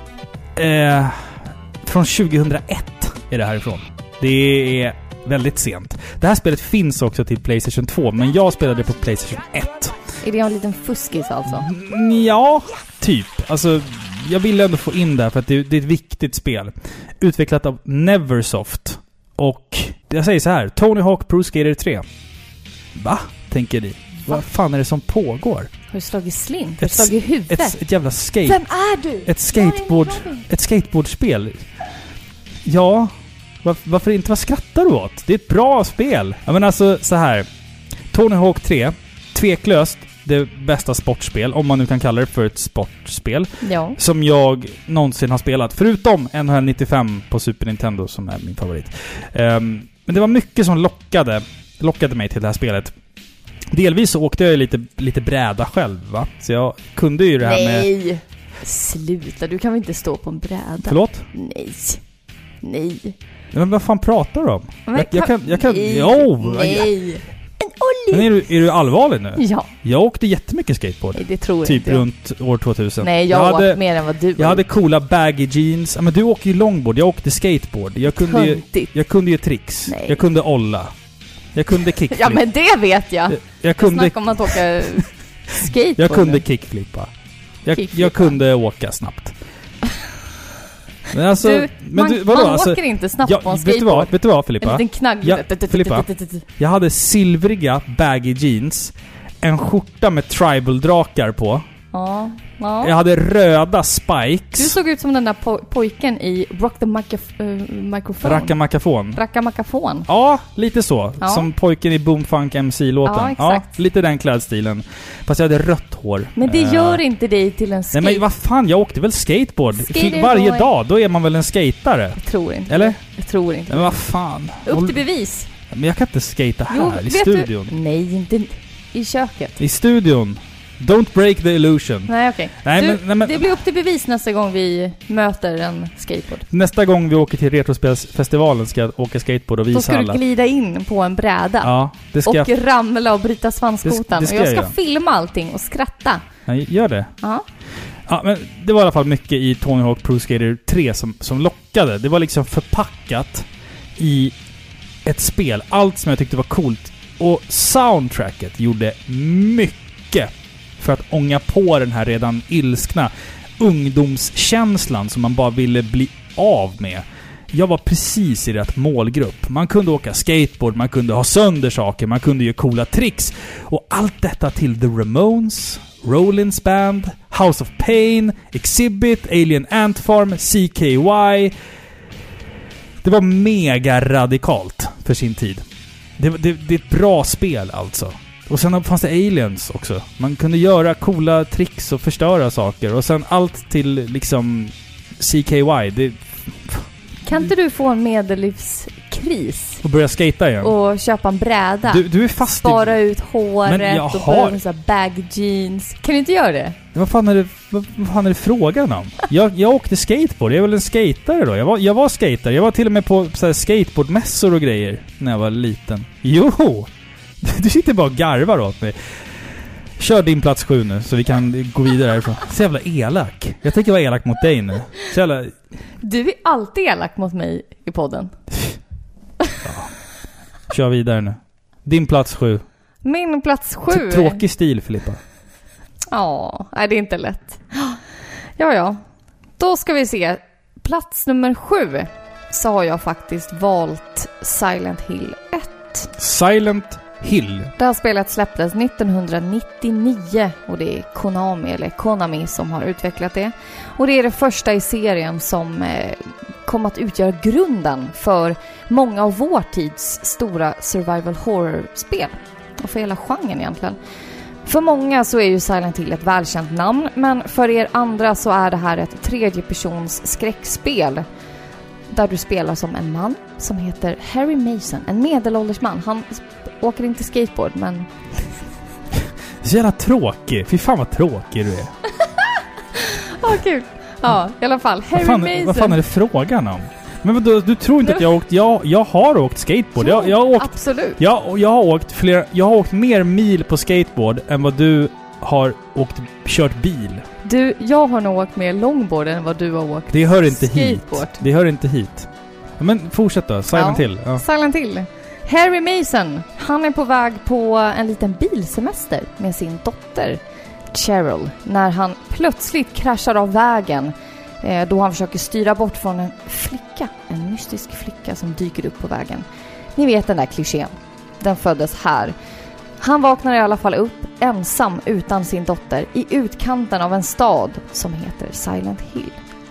Från 2001 är det härifrån. Det är väldigt sent. Det här spelet finns också till PlayStation 2, men jag spelade på PlayStation 1. Är det en liten fuskis alltså? Ja, typ. Alltså, jag vill ändå få in det här för att det är ett viktigt spel. Utvecklat av Neversoft. Och jag säger så här, Tony Hawk Pro Skater 3. Va? Tänker ni? Vad fan är det som pågår? Har du slagit slint? Har du slagit huvudet? Ett jävla skate... Vem är du? Ett skateboardspel. Ja... Varför inte? Vad skrattar du åt? Det är ett bra spel. Ja, men alltså så här. Tony Hawk 3, tveklöst det bästa sportspel, om man nu kan kalla det för ett sportspel, som jag någonsin har spelat. Förutom NHL 95 på Super Nintendo som är min favorit. Men det var mycket som lockade mig till det här spelet. Delvis så åkte jag lite bräda själv, va? Så jag kunde ju det här med... Nej! Sluta, du kan väl inte stå på en bräda? Förlåt? Nej. Men vad fan pratar du om? Jag kan... Nej. Men är du allvarlig nu? Ja. Jag åkte jättemycket skateboard. Nej, det tror typ inte runt år 2000. Nej, jag åkte mer än vad du. Jag hade coola baggy jeans. Men du åker ju longboard, jag åkte skateboard. Jag kunde ju tricks. Nej. Jag kunde olla. Jag kunde kickflip. Ja, men det vet jag. Jag kunde... Snacka om att åka skateboard. Jag kunde kickflippa. Jag kunde åka snabbt. Men alltså, man åker inte snabbt på en skateboard. Vet du vad, Filippa? En liten knagg. Filippa, jag hade silvriga baggy jeans, en skjorta med tribal-drakar på. Ja. Jag hade röda spikes. Du såg ut som den där pojken i Rock the Microphone. Racka-Macafon. Ja, lite så. Ja. Som pojken i Boomfunk MC-låten. Ja, exakt. Ja, lite den klädstilen. Fast jag hade rött hår. Men det gör inte dig till en skate. Nej, men vad fan, jag åkte väl skateboard. Varje dag, då är man väl en skatare. Jag tror inte. Eller? Jag tror inte. Men vad fan. Upp till bevis. Men jag kan inte skata här i studion. Nej, inte i köket. I studion. Don't break the illusion. Nej, okej. Okay. Det blir upp till bevis nästa gång vi möter en skateboard. Nästa gång vi åker till Retrospelsfestivalen ska jag åka skateboard och visa alla. Då ska du glida in på en bräda. Ja, det ska och ramla och bryta svanskotan. Och jag ska filma allting och skratta. Ja, gör det. Ja. Ja, men det var i alla fall mycket i Tony Hawk Pro Skater 3 som lockade. Det var liksom förpackat i ett spel. Allt som jag tyckte var coolt. Och soundtracket gjorde mycket för att ånga på den här redan ilskna ungdomskänslan som man bara ville bli av med. Jag var precis i rätt målgrupp. Man kunde åka skateboard, man kunde ha sönder saker, man kunde göra coola tricks. Och allt detta till The Ramones, Rollins Band, House of Pain, Exhibit, Alien Ant Farm, CKY. Det var mega radikalt för sin tid. Det är ett bra spel alltså. Och sen fanns det aliens också. Man kunde göra coola tricks och förstöra saker. Och sen allt till liksom CKY. Det... Kan inte du få en medellivskris? Och börja skata igen. Och köpa en bräda. Du är fast spara ut håret och börja med så här bag jeans. Kan du inte göra det? Vad fan är det frågan om? Jag åkte skateboard. Jag är väl en skatare då? Jag var skatare. Jag var till och med på så här skateboardmässor och grejer när jag var liten. Jo! Du sitter bara och garvar åt mig. Kör din plats 7 nu så vi kan gå vidare härifrån. Så jävla elak. Jag tänker vara elak mot dig nu. Så jävla... Du är alltid elak mot mig i podden. Ja. Kör vidare nu. Din plats 7. Min plats 7. Tråkig stil, Filippa. Ja, nej, det är inte lätt. Ja. Då ska vi se. Plats nummer 7 så har jag faktiskt valt Silent Hill 1. Silent Hill. Det här spelet släpptes 1999 och det är Konami som har utvecklat det. Och det är det första i serien som kom att utgöra grunden för många av vår tids stora survival horror-spel. Och för hela genren egentligen. För många så är ju Silent Hill ett välkänt namn, men för er andra så är det här ett tredjepersons skräckspel där du spelar som en man som heter Harry Mason, en medelålders man. Han åker inte skateboard, men... Det är så jävla tråkig. Fy fan vad tråkig du är. Kul. Ja, i alla fall. Harry Mason. Vad fan är det frågan om? Men vadå, du tror inte att jag har åkt... Jag har åkt skateboard. Jo, jag har åkt, absolut. Jag har åkt mer mil på skateboard än vad du har kört bil. Jag har nog åkt mer longboard än vad du har åkt Det hör inte skateboard. Hit. Det hör inte hit. Men fortsätt då. Silent Hill. Ja. Silent Hill. Harry Mason, han är på väg på en liten bilsemester med sin dotter Cheryl när han plötsligt kraschar av vägen då han försöker styra bort från en mystisk flicka som dyker upp på vägen. Ni vet den där klichén. Den föddes här. Han vaknar i alla fall upp ensam utan sin dotter i utkanten av en stad som heter Silent Hill.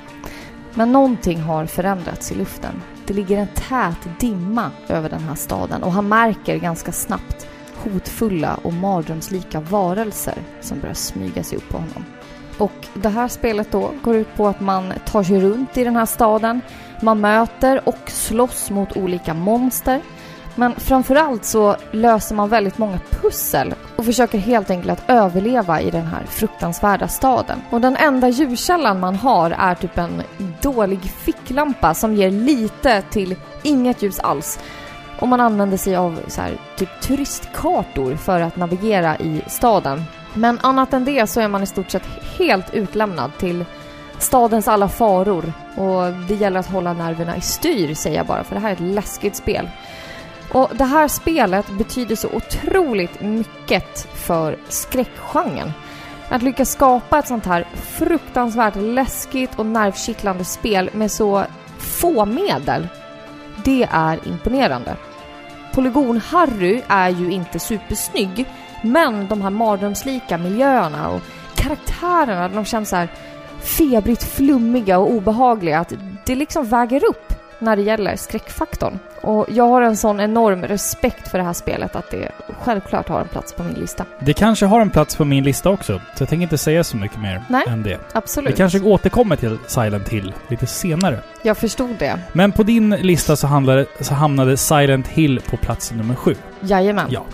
Men någonting har förändrats i luften. Det ligger en tät dimma över den här staden och han märker ganska snabbt hotfulla och mardrömslika varelser som börjar smyga sig upp på honom. Och det här spelet då går ut på att man tar sig runt i den här staden. Man möter och slåss mot olika monster. Men framförallt så löser man väldigt många pussel och försöker helt enkelt att överleva i den här fruktansvärda staden. Och den enda ljuskällan man har är typ en dålig ficklampa som ger lite till inget ljus alls. Och man använder sig av så här, typ turistkartor för att navigera i staden. Men annat än det så är man i stort sett helt utlämnad till stadens alla faror. Och det gäller att hålla nerverna i styr, säger jag bara, för det här är ett läskigt spel. Och det här spelet betyder så otroligt mycket för skräckgenren. Att lyckas skapa ett sånt här fruktansvärt läskigt och nervkittlande spel med så få medel, det är imponerande. Polygon Harry är ju inte supersnygg, men de här mardrömslika miljöerna och karaktärerna, de känns så här febrigt flummiga och obehagliga att det liksom väger upp när det gäller skräckfaktorn. Och jag har en sån enorm respekt för det här spelet att det självklart har en plats på min lista. Det kanske har en plats på min lista också, så jag tänker inte säga så mycket mer än det. Absolut. Vi kanske återkommer till Silent Hill lite senare. Jag förstod det. Men på din lista så hamnade Silent Hill på plats nummer 7. Jajamän. Ja.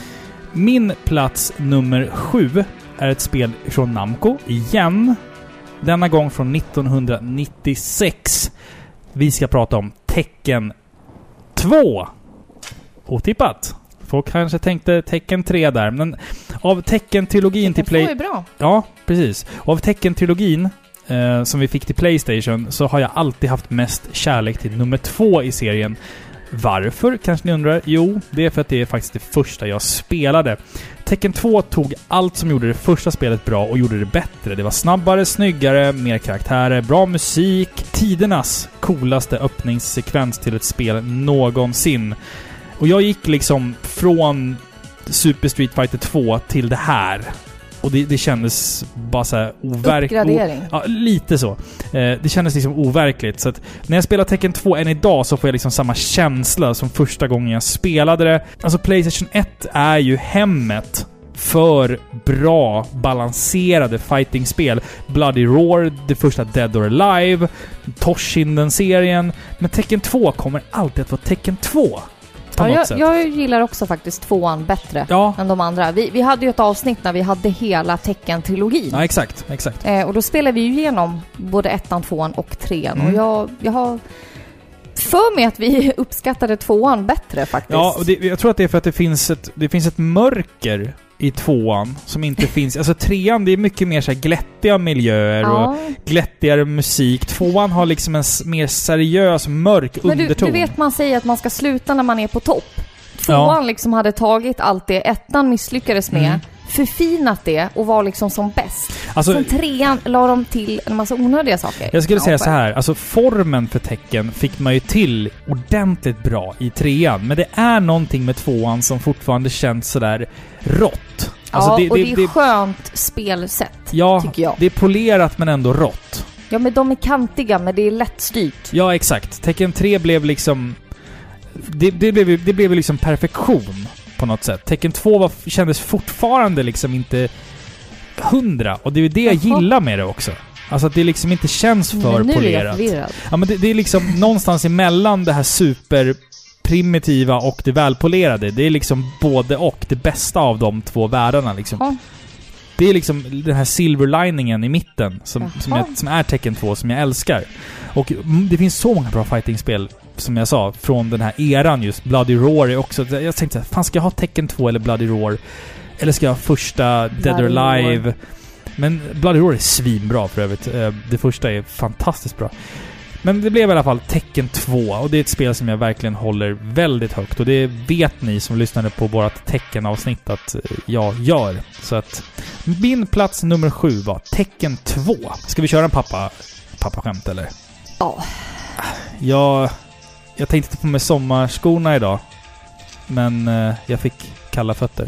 Min plats nummer 7 är ett spel från Namco igen. Denna gång från 1996. Vi ska prata om Tekken 2. Otippat. Folk kanske tänkte Tekken 3 där, men av Tekken-trilogin till Play... är bra. Ja, precis. Av Tekken-trilogin som vi fick till PlayStation så har jag alltid haft mest kärlek till nummer 2 i serien. Varför, kanske ni undrar? Jo, det är för att det är faktiskt det första jag spelade. Tekken 2 tog allt som gjorde det första spelet bra och gjorde det bättre. Det var snabbare, snyggare, mer karaktärer, bra musik. Tidernas coolaste öppningssekvens till ett spel någonsin. Och jag gick liksom från Super Street Fighter 2 till det här. Och det kändes bara så här Uppgradering. Ja, lite så. Det kändes liksom overkligt. Så att när jag spelar Tekken 2 än idag så får jag liksom samma känsla som första gången jag spelade det. Alltså PlayStation 1 är ju hemmet för bra, balanserade fighting-spel. Bloody Roar, det första Dead or Alive, Toshinden-serien. Men Tekken 2 kommer alltid att vara Tekken 2. Ja, jag gillar också faktiskt 2an bättre än de andra. Vi hade ju ett avsnitt när vi hade hela Tekken-trilogin. Ja, exakt. Och då spelade vi ju igenom både 1an, 2an och 3an. Och jag har för mig att vi uppskattade 2an bättre faktiskt. Ja, och jag tror att det är för att det finns ett mörker i 2an som inte finns. Alltså 3an, det är mycket mer så här glättiga miljöer och glättigare musik. 2an har liksom en mer seriös, mörk underton. Du vet, man säger att man ska sluta när man är på topp. 2an liksom hade tagit allt det 1an misslyckades med, förfinat det och var liksom som bäst. Alltså, sen 3an la de till en massa onödiga saker. Jag skulle säga så här, alltså formen för Tekken fick man ju till ordentligt bra i 3an, men det är någonting med 2an som fortfarande känns sådär rått. Alltså ja, det är skönt spelsätt, tycker jag. Det är polerat men ändå rått. Ja, men de är kantiga, men det är lättstyrt. Ja, exakt. Tekken 3 blev liksom... Det blev liksom perfektion på något sätt. Tekken 2 kändes fortfarande liksom inte 100. Och det är det jag gillar med det också. Alltså att det liksom inte känns för nu polerat. Är jag förvirrad. Ja, men det är liksom någonstans emellan det här superprimitiva och det välpolerade. Det är liksom både och, det bästa av de två världarna liksom. Ja. Det är liksom den här silverliningen i mitten som är Tekken 2 som jag älskar. Och det finns så många bra fighting-spel som jag sa från den här eran, just Bloody Roar är också. Jag tänkte fan, ska jag ha Tekken 2 eller Bloody Roar? Eller ska jag ha första Dead or Alive? Men Bloody Roar är svinbra för övrigt. Det första är fantastiskt bra. Men det blev i alla fall Tekken 2 och det är ett spel som jag verkligen håller väldigt högt och det vet ni som lyssnade på vårt Tekken-avsnitt att jag gör. Så att min plats nummer 7 var Tekken 2. Ska vi köra en pappa-skämt eller? Ja. Jag tänkte ta på mig sommarskorna idag, men jag fick kalla fötter.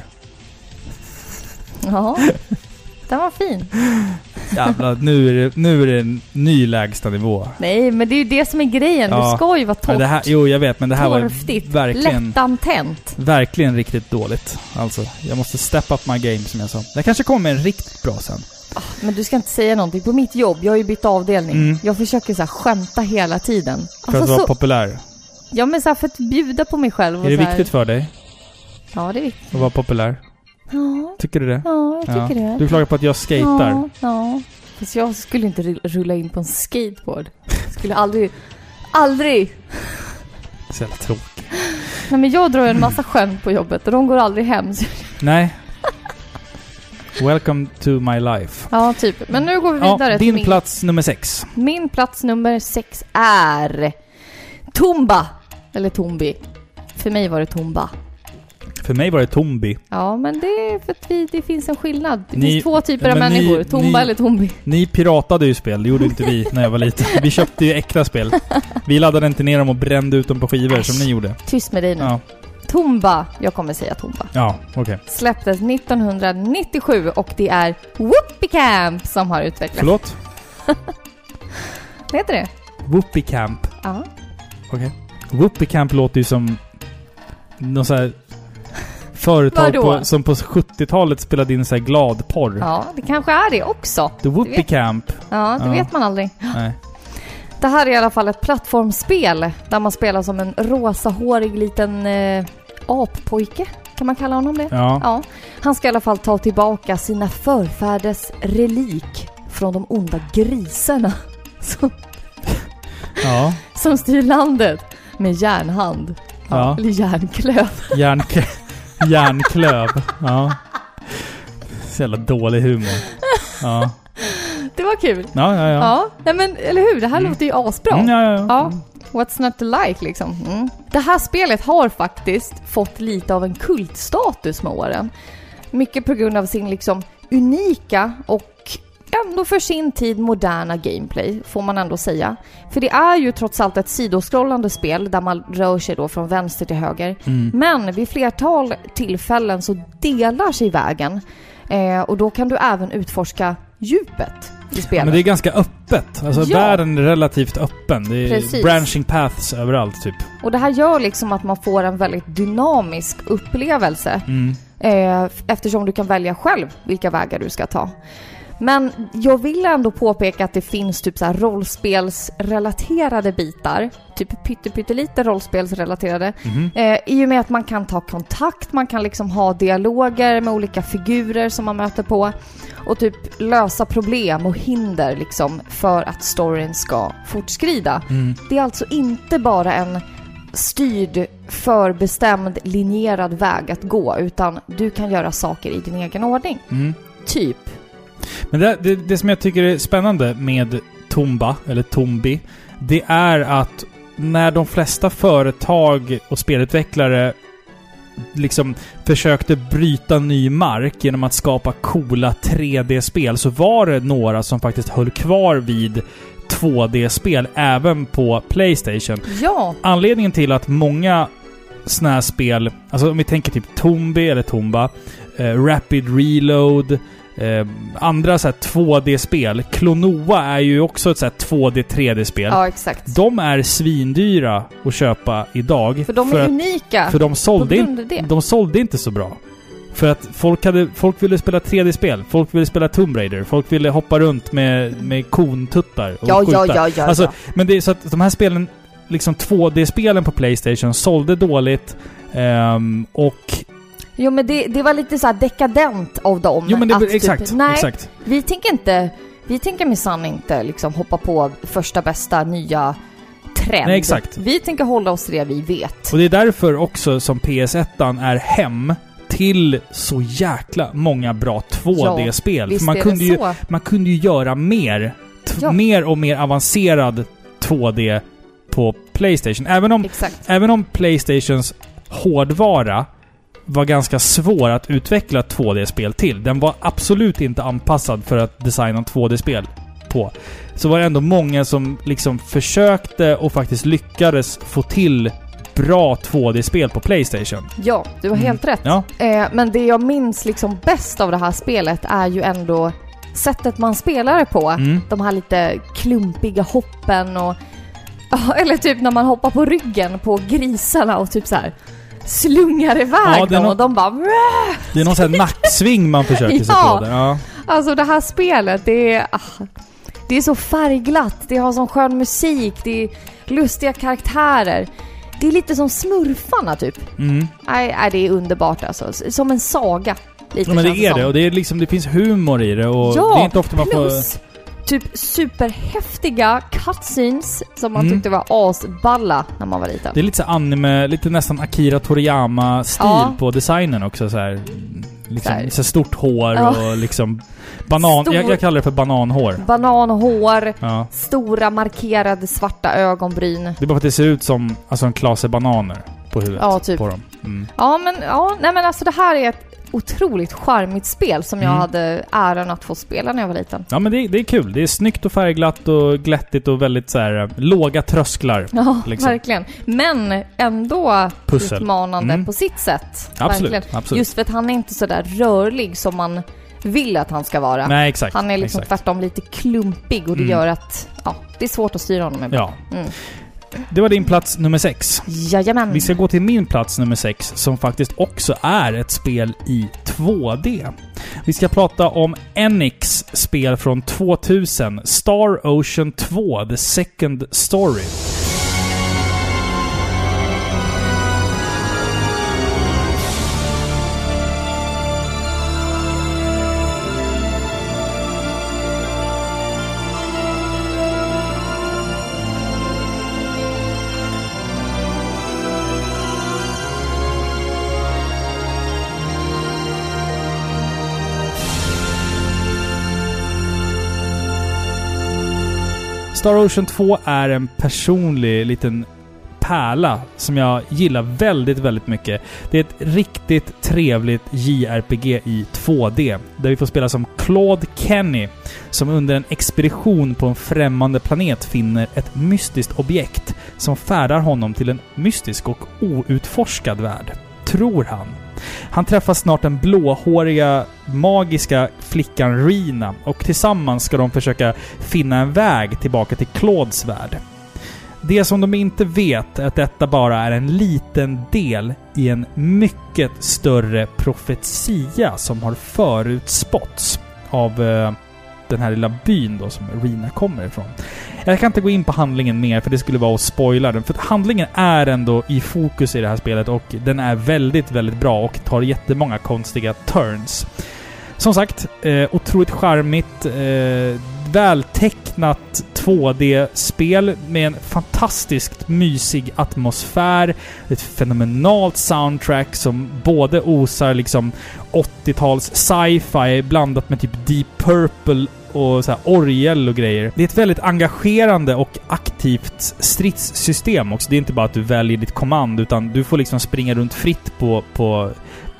Ja. Den var fin. Jävlar, nu är det en ny lägsta nivå. Nej, men det är ju det som är grejen. Ja. Du ska ju vara torrt. Ja, jo, jag vet, men det här torftigt, var verkligen... lättantänt. Verkligen riktigt dåligt. Alltså, jag måste step up my game som jag sa. Det kanske kommer en riktigt bra sen. Men du ska inte säga någonting. På mitt jobb, jag har ju bytt avdelning. Jag försöker så här skämta hela tiden. För att vara populär? Ja, men så här för att bjuda på mig själv. Är det viktigt för dig? Ja, det är viktigt. Att vara populär? Ja. Tycker du det? Ja, jag tycker det. Du klagar på att jag skater? Ja. Fast jag skulle inte rulla in på en skateboard. Jag skulle aldrig. Så jävla tråkigt. Nej, men jag drar en massa skämt på jobbet och de går aldrig hem. Nej. Welcome to my life. Ja, typ. Men nu går vi vidare. Ja, din plats nummer 6. Min plats nummer 6 är Tomba. Eller Tombi. För mig var det Tomba. För mig var det Tombi. Ja, men det är för att det finns en skillnad. Det finns två typer av människor. Tomba eller Tombi. Ni piratade ju spel. Det gjorde inte vi när jag var liten. Vi köpte ju äkta spel. Vi laddade inte ner dem och brände ut dem på skivor som ni gjorde. Tyst med dig nu. Ja. Tomba. Jag kommer säga Tomba. Ja, okej. Släpptes 1997 och det är Whoopie Camp som har utvecklat. Förlåt? Vad heter det? Whoopie Camp. Ja. Okej. Whoopie Camp låter ju som någon så här företag som på 70-talet spelade in så här gladporr. Ja, det kanske är det också. The Whoopie Camp. Ja, det vet man aldrig. Nej. Det här är i alla fall ett plattformsspel där man spelar som en rosahårig liten appojke. Kan man kalla honom det? Ja. Han ska i alla fall ta tillbaka sina förfäders relik från de onda grisarna som styr landet med järnhand. Ja. Eller järnklöv. Järnklöv. Ja. Så jävla dålig humor. Ja. Det var kul. Ja. Nej, men eller hur? Det här låter ju asbra. Ja. What's not to like liksom. Det här spelet har faktiskt fått lite av en kultstatus med åren. Mycket på grund av sin liksom unika och ändå för sin tid moderna gameplay, får man ändå säga. För det är ju trots allt ett sidoskrollande spel där man rör sig då från vänster till höger. Men vid flertal tillfällen så delar sig vägen. Och då kan du även utforska djupet i spelet. Men det är ganska öppet. Alltså världen är relativt öppen. Det är branching paths överallt typ. Och det här gör liksom att man får en väldigt dynamisk upplevelse. Eftersom du kan välja själv vilka vägar du ska ta. Men jag vill ändå påpeka att det finns typ så här rollspelsrelaterade bitar. Typ pyttelite rollspelsrelaterade. I och med att man kan ta kontakt, man kan liksom ha dialoger med olika figurer som man möter på. Och typ lösa problem och hinder liksom för att storyn ska fortskrida. Det är alltså inte bara en styrd, förbestämd, linjerad väg att gå. Utan du kan göra saker i din egen ordning. Typ. Men det som jag tycker är spännande med Tomba, eller Tombi, det är att när de flesta företag och spelutvecklare liksom försökte bryta ny mark genom att skapa coola 3D-spel, så var det några som faktiskt höll kvar vid 2D-spel även på PlayStation. Ja. Anledningen till att många såna här spel, alltså om vi tänker typ Tombi eller Tomba, Rapid Reload, andra så här 2D-spel. Klonoa är ju också ett så här 2D, 3D-spel. Ja, exakt. De är svindyra att köpa idag. För de är unika. För de sålde inte så bra. För att folk ville spela 3D-spel. Folk ville spela Tomb Raider. Folk ville hoppa runt med kontuttar och skjuta. Ja. Alltså, men det är så att de här spelen, liksom 2D-spelen på PlayStation, sålde dåligt. Och jo, men det var lite så här dekadent av dem. Jo, men det att exakt. Typ, nej, exakt. Vi tänker minsann inte liksom hoppa på första bästa nya trend. Nej, exakt. Vi tänker hålla oss till det vi vet. Och det är därför också som PS1 är hem till så jäkla många bra 2D-spel. Visst, för man kunde ju göra mer och mer avancerad 2D på PlayStation. Även om PlayStations hårdvara var ganska svår att utveckla 2D-spel till. Den var absolut inte anpassad för att designa 2D-spel på. Så var det ändå många som liksom försökte och faktiskt lyckades få till bra 2D-spel på PlayStation. Ja, du har helt rätt. Ja. Men det jag minns liksom bäst av det här spelet är ju ändå sättet man spelar det på. De här lite klumpiga hoppen och eller typ när man hoppar på ryggen på grisarna och typ så här slungar iväg dem och de bara... Det är någon sån här nacksving man försöker sig på där. Ja. Alltså det här spelet, det är så färgglatt. Det har sån skön musik. Det är lustiga karaktärer. Det är lite som Smurfarna typ. Nej, det är underbart alltså. Som en saga. Lite men det är det. Och det är liksom, det finns humor i det. Och det är inte ofta man får... typ superhäftiga cutscenes som man tyckte var asballa när man var liten. Det är lite så anime, lite nästan Akira Toriyama-stil på designen också. Så här, liksom, så stort hår och liksom banan... Jag kallar det för bananhår. Bananhår, stora markerade svarta ögonbryn. Det är bara för att det ser ut som alltså en klase bananer på huvudet. Ja, typ. På dem. Nej men alltså det här är ett otroligt charmigt spel som jag hade äran att få spela när jag var liten. Ja, men det är kul. Det är snyggt och färgglatt och glättigt och väldigt så här låga trösklar. Ja, liksom. Verkligen. Men ändå utmanande på sitt sätt. Absolut. Just för att han är inte så där rörlig som man vill att han ska vara. Nej, exakt. Han är liksom tvärtom lite klumpig och det gör att det är svårt att styra honom med. Ja. Det var din plats nummer 6. Jajamän. Vi ska gå till min plats nummer 6 som faktiskt också är ett spel i 2D. Vi ska prata om Enix spel från 2000, Star Ocean 2, The Second Story. Star Ocean 2 är en personlig liten pärla som jag gillar väldigt, väldigt mycket. Det är ett riktigt trevligt JRPG i 2D där vi får spela som Claude Kenny som under en expedition på en främmande planet finner ett mystiskt objekt som färdar honom till en mystisk och outforskad värld. Tror han. Han träffar snart den blåhåriga, magiska flickan Rina och tillsammans ska de försöka finna en väg tillbaka till Claudes värld. Det som de inte vet är att detta bara är en liten del i en mycket större profetia som har förutspåtts av den här lilla byn då som Rina kommer ifrån. Jag kan inte gå in på handlingen mer för det skulle vara att spoila den. För handlingen är ändå i fokus i det här spelet och den är väldigt, väldigt bra och tar jättemånga konstiga turns. Som sagt, otroligt charmigt, vältecknat 2D-spel med en fantastiskt mysig atmosfär, ett fenomenalt soundtrack som både osar liksom 80-tals sci-fi blandat med typ Deep Purple och så här orgel och grejer. Det är ett väldigt engagerande och aktivt stridssystem också. Det är inte bara att du väljer ditt kommand utan du får liksom springa runt fritt på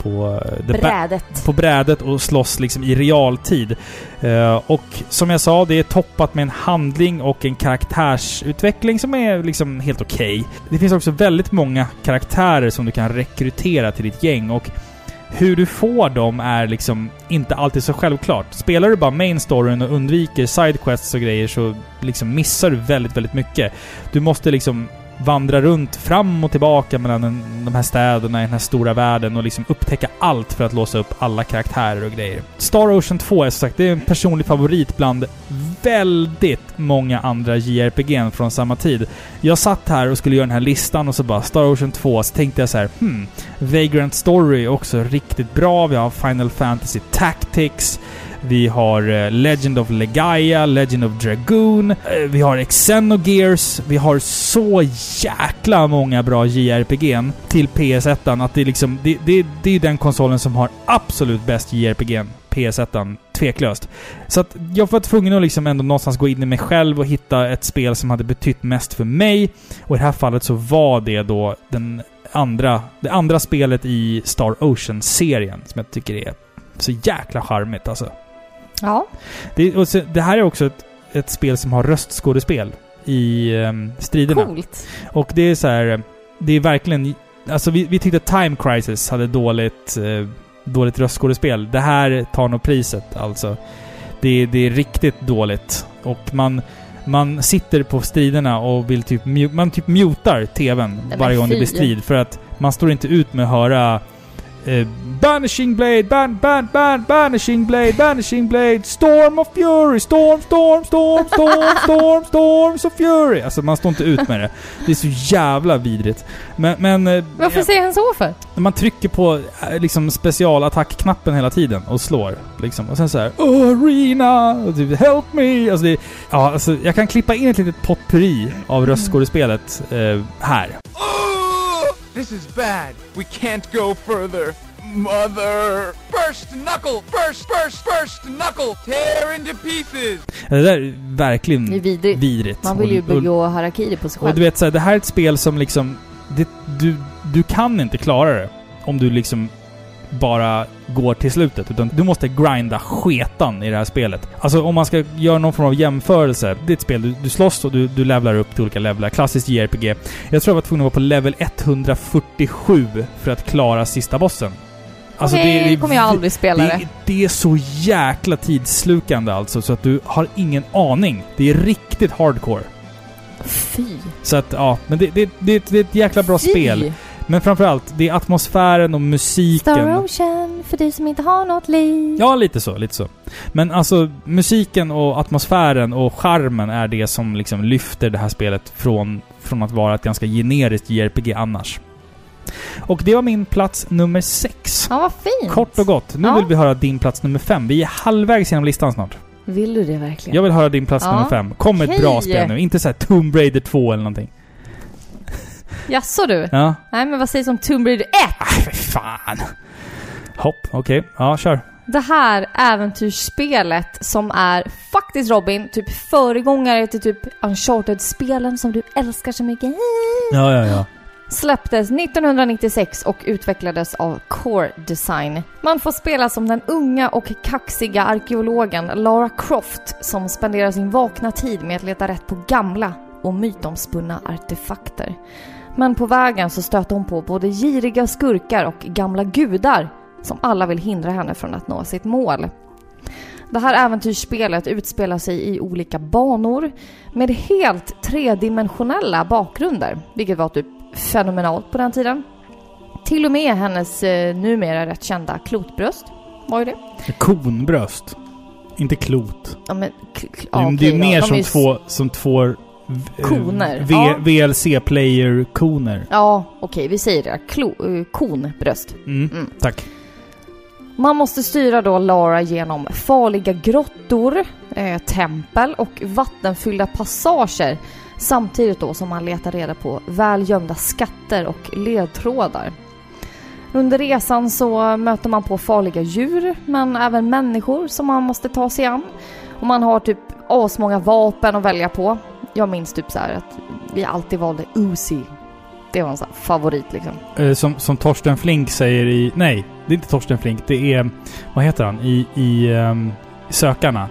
brädet och slåss liksom i realtid. Och som jag sa, det är toppat med en handling och en karaktärsutveckling som är liksom helt okej. Det finns också väldigt många karaktärer som du kan rekrytera till ditt gäng och hur du får dem är liksom inte alltid så självklart. Spelar du bara main storyn och undviker sidequests och grejer så liksom missar du väldigt, väldigt mycket. Du måste liksom vandra runt fram och tillbaka mellan de här städerna i den här stora världen och liksom upptäcka allt för att låsa upp alla karaktärer och grejer. Star Ocean 2 är som sagt, det är en personlig favorit bland väldigt många andra JRPG från samma tid. Jag satt här och skulle göra den här listan och så bara Star Ocean 2, så tänkte jag så här, Vagrant Story är också riktigt bra. Vi har Final Fantasy Tactics. Vi har Legend of Legaia, Legend of Dragoon, vi har Xenogears, vi har så jäkla många bra JRPG till PS1 att det är liksom det är den konsolen som har absolut bäst JRPG, PS1 tveklöst. Så att jag var tvungen att liksom ändå någonstans gå in i mig själv och hitta ett spel som hade betytt mest för mig, och i det här fallet så var det då det andra spelet i Star Ocean-serien som jag tycker är så jäkla charmigt alltså. Ja. Det här är också ett spel som har röstskådespel i striderna. Coolt. Och det är så här, det är verkligen, alltså vi tyckte Time Crisis hade dåligt röstskådespel. Det här tar nog priset alltså. Det är riktigt dåligt och man sitter på striderna och vill man mutar tvn varje gång det blir strid för att man står inte ut med att höra Banishing Blade, Banishing Blade, Banishing Blade, Storm of Fury, Storms of Fury. Alltså man står inte ut med det. Det är så jävla vidrigt. Men varför säger han så för? Man trycker på liksom specialattackknappen hela tiden och slår liksom. Och sen så här, Arena, help me. Alltså jag kan klippa in ett litet potpurri av röstskådespelet här. This is bad. We can't go further. Mother! First knuckle! First knuckle! Tear into pieces! Det där är verkligen vidrigt. Man vill ju begå harakiri på sig själv. Och du vet så här, det här är ett spel som liksom du kan inte klara det om du liksom bara går till slutet, utan du måste grinda sketan i det här spelet. Alltså om man ska göra någon form av jämförelse, det är ett spel du slåss och du levlar upp till olika levlar. Klassiskt JRPG. Jag tror jag var tvungen att vara på level 147 för att klara sista bossen. Alltså det kommer jag aldrig spela det. Det är så jäkla tidsslukande alltså, så att du har ingen aning. Det är riktigt hardcore. Fy. Så att ja, men det är ett jäkla bra spel. Men framförallt, det är atmosfären och musiken. Star Ocean, för dig som inte har något liv. Ja, lite så. Men alltså, musiken och atmosfären och charmen är det som liksom lyfter det här spelet från att vara ett ganska generiskt JRPG annars. Och det var min plats nummer 6. Ja, vad fint. Kort och gott. Nu vill vi höra din plats nummer 5. Vi är halvvägs genom listan snart. Vill du det verkligen? Jag vill höra din plats nummer 5. Kom ett bra spel nu. Inte så här Tomb Raider 2 eller någonting. Jaså du? Ja. Nej, men vad sägs om Tomb Raider 1? För fan. Hopp, okej. Ja, kör. Det här äventyrsspelet som är faktiskt, Robin, typ föregångare till typ Uncharted-spelen som du älskar så mycket. Ja. Släpptes 1996 och utvecklades av Core Design. Man får spela som den unga och kaxiga arkeologen Lara Croft som spenderar sin vakna tid med att leta rätt på gamla och mytomspunna artefakter. Men på vägen så stöter hon på både giriga skurkar och gamla gudar som alla vill hindra henne från att nå sitt mål. Det här äventyrsspelet utspelar sig i olika banor med helt tredimensionella bakgrunder, vilket var typ fenomenalt på den tiden. Till och med hennes numera rätt kända klotbröst var ju det. Konbröst. Inte klot. Ja, men, det är mer som två koner. VLC-player-koner. Ja, okej, vi säger det. Konbröst. Tack. Man måste styra då Lara genom farliga grottor, tempel och vattenfyllda passager, samtidigt då som man letar reda på välgömda skatter och ledtrådar. Under resan så möter man på farliga djur, men även människor som man måste ta sig an. Och man har typ asmånga vapen att välja på. Jag minns typ så här att vi alltid valde Uzi. Det var en sån här favorit liksom. Som Torsten Flink säger i... Nej, det är inte Torsten Flink. Det är... Vad heter han? I Sökarna.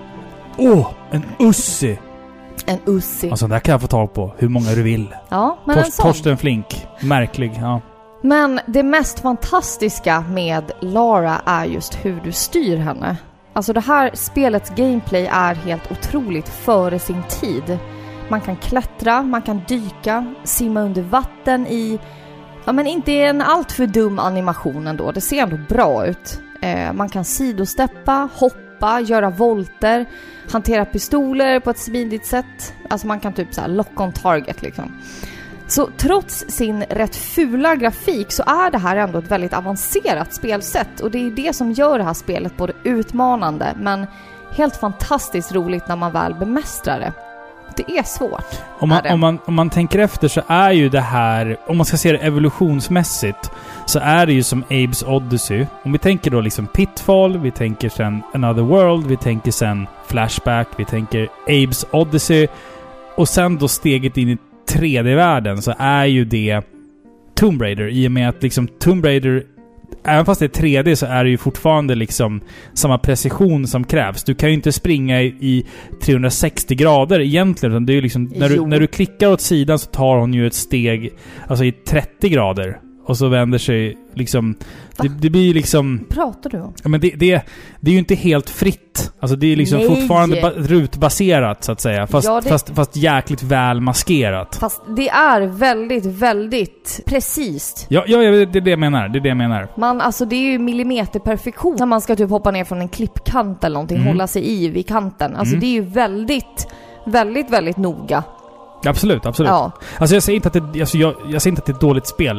En Uzi! En Uzi. Alltså där kan jag få tag på hur många du vill. Ja, men en sån. Torsten Flink. Märklig, ja. Men det mest fantastiska med Lara är just hur du styr henne. Alltså det här spelets gameplay är helt otroligt före sin tid. Man kan klättra, man kan dyka, simma under vatten i... Ja, men inte en allt för dum animation ändå. Det ser ändå bra ut. Man kan sidosteppa, hoppa, göra volter, hantera pistoler på ett smidigt sätt. Alltså man kan typ så här lock on target liksom. Så trots sin rätt fula grafik så är det här ändå ett väldigt avancerat spelsätt. Och det är det som gör det här spelet både utmanande men helt fantastiskt roligt när man väl bemästrar det. Det är svårt. Om man tänker efter så är ju det här, om man ska se det evolutionsmässigt, så är det ju som Abe's Odyssey. Om vi tänker då liksom Pitfall, vi tänker sen Another World, vi tänker sen Flashback, vi tänker Abe's Odyssey och sen då steget in i 3D-världen så är ju det Tomb Raider, i och med att liksom Tomb Raider, även fast det är 3D så är det ju fortfarande liksom samma precision som krävs. Du kan ju inte springa i 360 grader egentligen, utan det är ju liksom när du klickar åt sidan så tar hon ju ett steg alltså i 30 grader och så vänder sig liksom det blir ju liksom... Pratar du om? Ja, men det är ju inte helt fritt. Alltså det är liksom fortfarande rutbaserat så att säga, fast jäkligt väl maskerat. Fast det är väldigt, väldigt precis. Ja, det är det jag menar. Alltså det är ju millimeterperfektion. När man ska typ hoppa ner från en klippkant eller någonting, hålla sig i vid kanten. Alltså det är ju väldigt, väldigt, väldigt noga. Absolut. Ja. Alltså jag säger inte att jag säger inte att det är ett dåligt spel.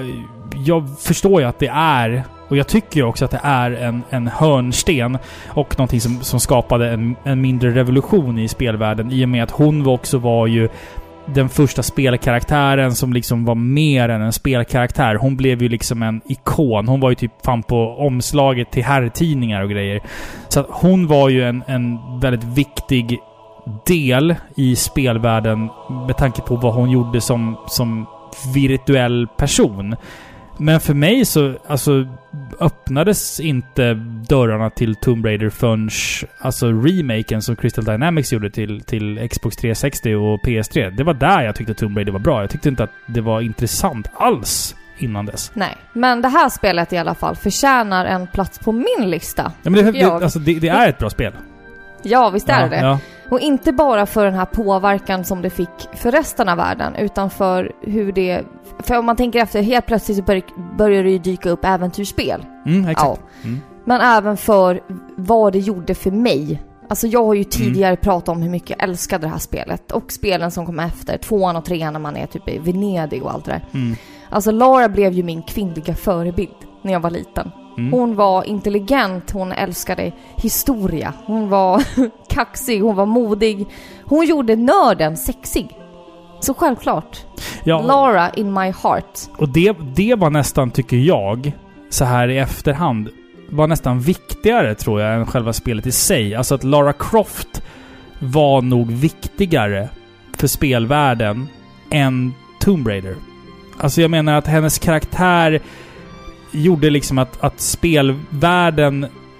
Jag förstår ju att det är, och jag tycker ju också att det är en hörnsten och någonting som skapade en mindre revolution i spelvärlden, i och med att hon också var ju den första spelkaraktären som liksom var mer än en spelkaraktär. Hon blev ju liksom en ikon. Hon var ju typ fan på omslaget till herrtidningar och grejer. Så att hon var ju en väldigt viktig del i spelvärlden med tanke på vad hon gjorde som virtuell person. Men för mig så alltså, öppnades inte dörrarna till Tomb Raider förrän alltså remaken som Crystal Dynamics gjorde till Xbox 360 och PS3. Det var där jag tyckte Tomb Raider var bra. Jag tyckte inte att det var intressant alls innan dess. Nej, men det här spelet i alla fall förtjänar en plats på min lista. Ja, men det är ett bra spel. Ja, visst är det. Ja. Och inte bara för den här påverkan som det fick för resten av världen, utan för hur det... För om man tänker efter, helt plötsligt så börjar det ju dyka upp äventyrsspel. Exakt. Ja. Men även för vad det gjorde för mig. Alltså jag har ju tidigare pratat om hur mycket jag älskade det här spelet. Och spelen som kom efter, 2:an och 3:an när man är typ i Venedig och allt det där. Alltså Lara blev ju min kvinnliga förebild när jag var liten. Hon var intelligent, hon älskade historia. Hon var kaxig, hon var modig. Hon gjorde nörden sexig. Så självklart. Ja, Lara in my heart. Och det var nästan, tycker jag, så här i efterhand, var nästan viktigare tror jag än själva spelet i sig. Alltså att Lara Croft var nog viktigare för spelvärlden än Tomb Raider. Alltså jag menar att hennes karaktär gjorde liksom att spelvärlden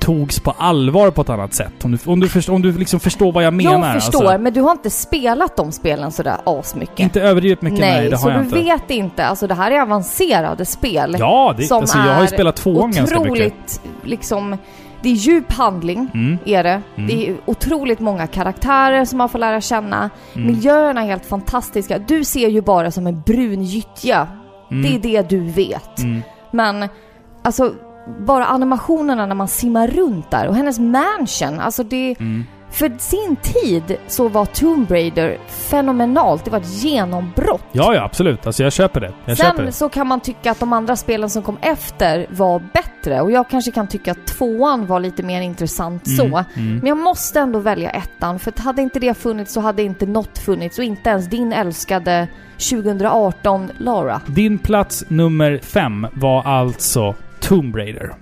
togs på allvar på ett annat sätt. Om du liksom förstår vad jag menar. Jag förstår, men du har inte spelat de spelen sådär asmycket. Inte överdrivet mycket, nej, det har jag inte. Nej, så du vet inte. Alltså det här är avancerade spel. Ja, jag har ju spelat 2 ganska mycket. Otroligt, liksom... Det är djup handling, är det. Det är otroligt många karaktärer som man får lära känna. Miljöerna är helt fantastiska. Du ser ju bara som en brun gyttja. Det är det du vet. Men, alltså, bara animationerna när man simmar runt där. Och hennes mansion, alltså det... För sin tid så var Tomb Raider fenomenalt. Det var ett genombrott. Ja, absolut. Alltså jag köper det. Sen så kan man tycka att de andra spelen som kom efter var bättre. Och jag kanske kan tycka att 2:an var lite mer intressant så. Men jag måste ändå välja 1:an. För att hade inte det funnits så hade inte något funnits. Och inte ens din älskade 2018 Lara. Din plats nummer 5 var alltså Tomb Raider.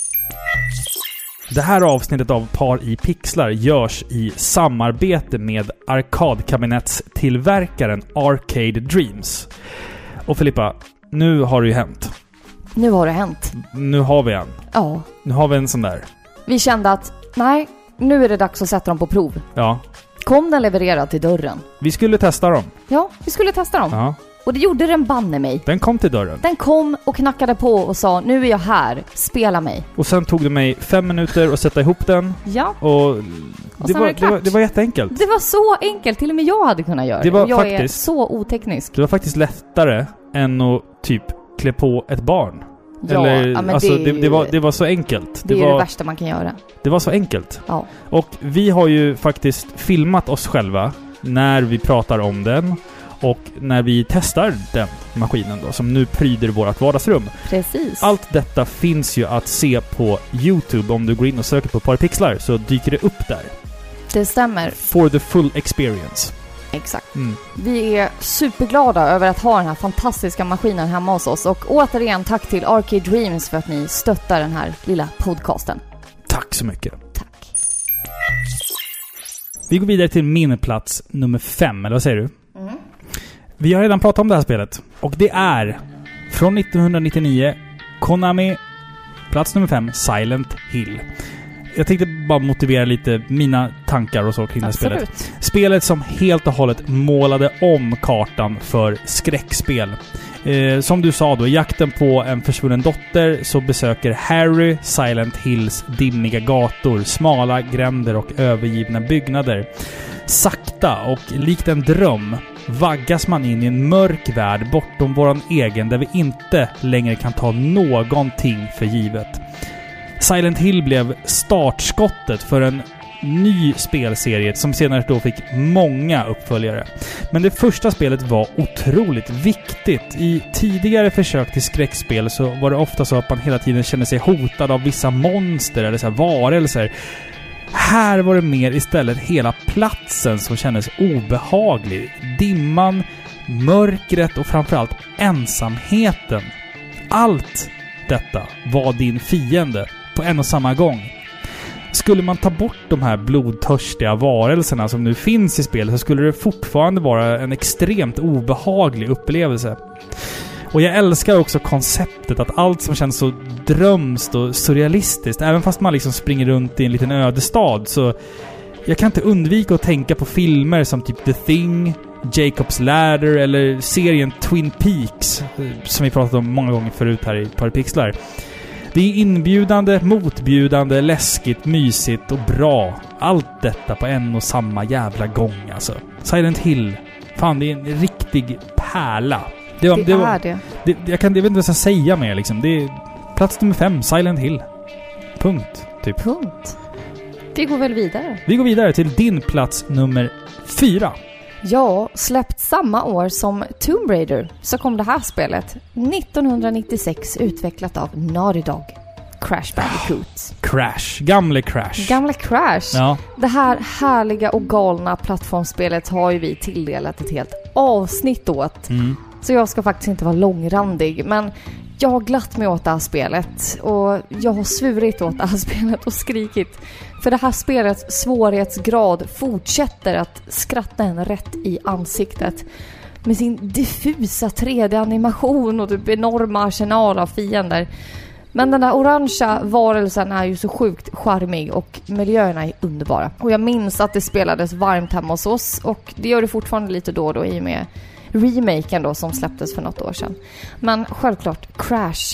Det här avsnittet av Par i pixlar görs i samarbete med arkadkabinettstillverkaren Arcade Dreams. Och Filippa, nu har det ju hänt. Nu har det hänt. Nu har vi en. Ja. Nu har vi en sån där. Vi kände att, nej, nu är det dags att sätta dem på prov. Ja. Kom den levererad till dörren? Vi skulle testa dem. Ja, vi skulle testa dem. Ja. Och det gjorde den banne mig. Den kom till dörren. Den kom och knackade på och sa, nu är jag här, spela mig. Och sen tog det mig 5 minuter att sätta ihop den. Ja. Och det var jätteenkelt. Det var så enkelt, till och med jag hade kunnat göra det. Var jag faktiskt, är så oteknisk. Det var faktiskt lättare än att typ klä på ett barn. Ja, eller, men alltså, det var så enkelt. Det är det värsta man kan göra. Det var så enkelt. Ja. Och vi har ju faktiskt filmat oss själva när vi pratar om den. Och när vi testar den maskinen då, som nu pryder vårt vardagsrum. Precis. Allt detta finns ju att se på YouTube. Om du går in och söker på Par i pixlar så dyker det upp där. Det stämmer. For the full experience. Exakt. Vi är superglada över att ha den här fantastiska maskinen hemma hos oss. Och återigen tack till Arcade Dreams för att ni stöttar den här lilla podcasten. Tack så mycket. Tack. Vi går vidare till min plats nummer 5, eller vad säger du? Vi har redan pratat om det här spelet. Och det är från 1999 Konami, plats nummer 5, Silent Hill. Jag tänkte bara motivera lite mina tankar och så kring det här spelet. Spelet som helt och hållet målade om kartan för skräckspel. Som du sa då, i jakten på en försvunnen dotter så besöker Harry Silent Hills dimmiga gator, smala gränder och övergivna byggnader. Sakta och likt en dröm vaggas man in i en mörk värld bortom våran egen, där vi inte längre kan ta någonting för givet. Silent Hill blev startskottet för en ny spelserie som senare då fick många uppföljare. Men det första spelet var otroligt viktigt. I tidigare försök till skräckspel så var det ofta så att man hela tiden kände sig hotad av vissa monster eller så här varelser. Här var det mer istället hela platsen som kändes obehaglig. Dimman, mörkret och framförallt ensamheten. Allt detta var din fiende på en och samma gång. Skulle man ta bort de här blodtörstiga varelserna som nu finns i spelet så skulle det fortfarande vara en extremt obehaglig upplevelse. Och jag älskar också konceptet att allt som känns så drömskt och surrealistiskt, även fast man liksom springer runt i en liten ödestad, så jag kan inte undvika att tänka på filmer som typ The Thing, Jacob's Ladder eller serien Twin Peaks som vi pratat om många gånger förut här i Par i pixlar. Det är inbjudande, motbjudande, läskigt, mysigt och bra. Allt detta på en och samma jävla gång alltså. Silent Hill, fan det är en riktig pärla. Jag vet inte vad jag ska säga mer liksom. Det är plats nummer 5, Silent Hill. Punkt. Typ. Punkt. Vi går väl vidare. Vi går vidare till din plats nummer 4. Ja, släppt samma år som Tomb Raider så kom det här spelet 1996 utvecklat av Naughty Dog. Crash Bandicoot. Crash. Gamle Crash. Gamle Crash. Ja. Det här härliga och galna plattformsspelet har ju vi tilldelat ett helt avsnitt åt. Så jag ska faktiskt inte vara långrandig, men jag har glatt mig åt det här spelet och jag har svurit åt det här spelet och skrikit. För det här spelets svårighetsgrad fortsätter att skratta en rätt i ansiktet. Med sin diffusa 3D-animation och typ enorma arsenal av fiender. Men den där orangea varelsen är ju så sjukt charmig och miljöerna är underbara. Och jag minns att det spelades varmt hemma hos oss och det gör det fortfarande lite då och då i och med remaken då som släpptes för något år sedan. Men självklart Crash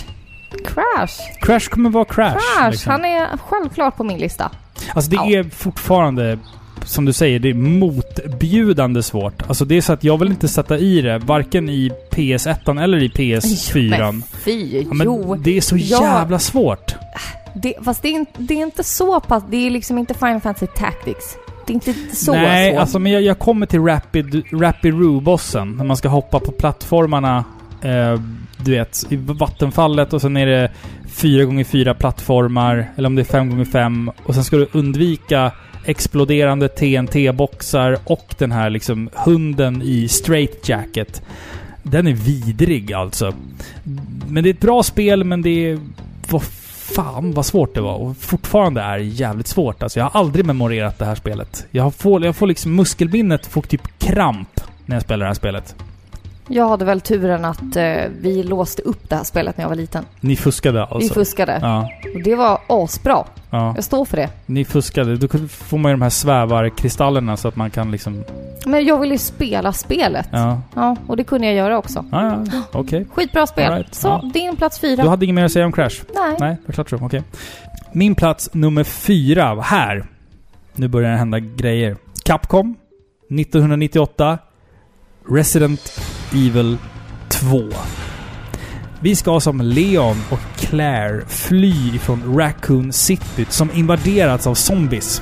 kommer vara Crash liksom. Han är självklart på min lista. Alltså det är fortfarande, som du säger, det är motbjudande svårt. Alltså det är så att jag vill inte sätta i det varken i PS1 eller i PS4. Men fy, men det är så jävla svårt. Fast det är inte så pass. Det är liksom inte Final Fantasy Tactics. Det är inte så. Nej, svårt. alltså men jag kommer till Rapid Roo-bossen när man ska hoppa på plattformarna, du vet, i vattenfallet, och sen är det 4x4 plattformar, eller om det är 5x5, och sen ska du undvika exploderande TNT-boxar och den här liksom hunden i straight jacket. Den är vidrig alltså. Men det är ett bra spel, men det är... Vad svårt det var. Och fortfarande är jävligt svårt. Alltså jag har aldrig memorerat det här spelet. Jag får liksom muskelminnet får typ kramp när jag spelar det här spelet. Jag hade väl turen att vi låste upp det här spelet när jag var liten. Ni fuskade alltså? Vi fuskade. Ja. Och det var asbra. Ja. Jag står för det. Ni fuskade. Då får man ju de här svävarkristallerna så att man kan liksom... Men jag ville spela spelet. Ja, och det kunde jag göra också. Ja, okej. Okay. Skitbra spel. Right. Så, din plats 4. Du hade inget mer att säga om Crash? Nej, det är klart så. Okej. Min plats nummer 4 här. Nu börjar det hända grejer. Capcom 1998. Resident Evil 2. Vi ska som Leon och Claire fly från Raccoon City som invaderats av zombies.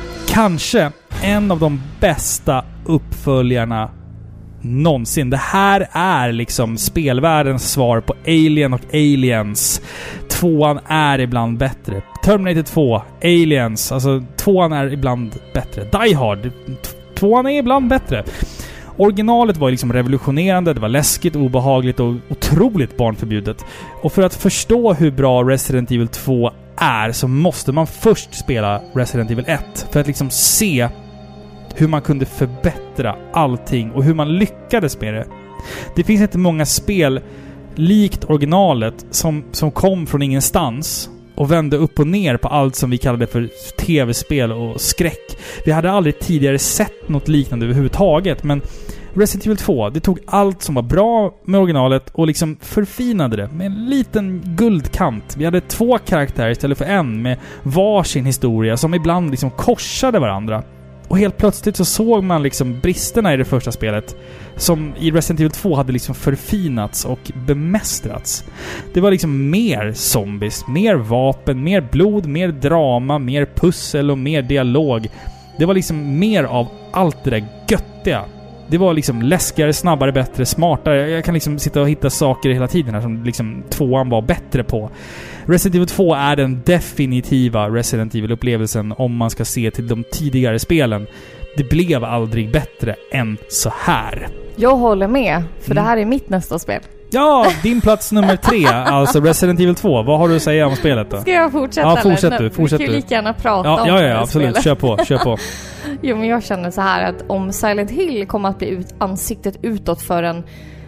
Kanske en av de bästa uppföljarna någonsin. Det här är liksom spelvärldens svar på Alien och Aliens. 2:an är ibland bättre. Terminator 2, Aliens, alltså 2:an är ibland bättre. Die Hard, 2:an är ibland bättre. Originalet var liksom revolutionerande, det var läskigt, obehagligt och otroligt barnförbjudet. Och för att förstå hur bra Resident Evil 2 är så måste man först spela Resident Evil 1 för att liksom se hur man kunde förbättra allting och hur man lyckades med det. Det finns inte många spel likt originalet som kom från ingenstans och vände upp och ner på allt som vi kallade för tv-spel och skräck. Vi hade aldrig tidigare sett något liknande överhuvudtaget, men Resident Evil 2, det tog allt som var bra med originalet och liksom förfinade det med en liten guldkant. Vi hade 2 karaktärer istället för en med varsin historia som ibland liksom korsade varandra. Och helt plötsligt så såg man liksom bristerna i det första spelet som i Resident Evil 2 hade liksom förfinats och bemästrats. Det var liksom mer zombies, mer vapen, mer blod, mer drama, mer pussel och mer dialog. Det var liksom mer av allt det där göttiga. Det var liksom läskigare, snabbare, bättre, smartare. Jag kan liksom sitta och hitta saker hela tiden här som liksom 2:an var bättre på. Resident Evil 2 är den definitiva Resident Evil-upplevelsen om man ska se till de tidigare spelen. Det blev aldrig bättre än så här. Jag håller med, för det här är mitt nästa spel. Ja, din plats nummer 3, alltså Resident Evil 2. Vad har du att säga om spelet då? Ska jag fortsätta? Ja, fortsätt du. Vi kan ju lika gärna prata om det absolut. Spelet. Kör på. Jo, men jag känner så här att om Silent Hill kommer att bli ansiktet utåt för den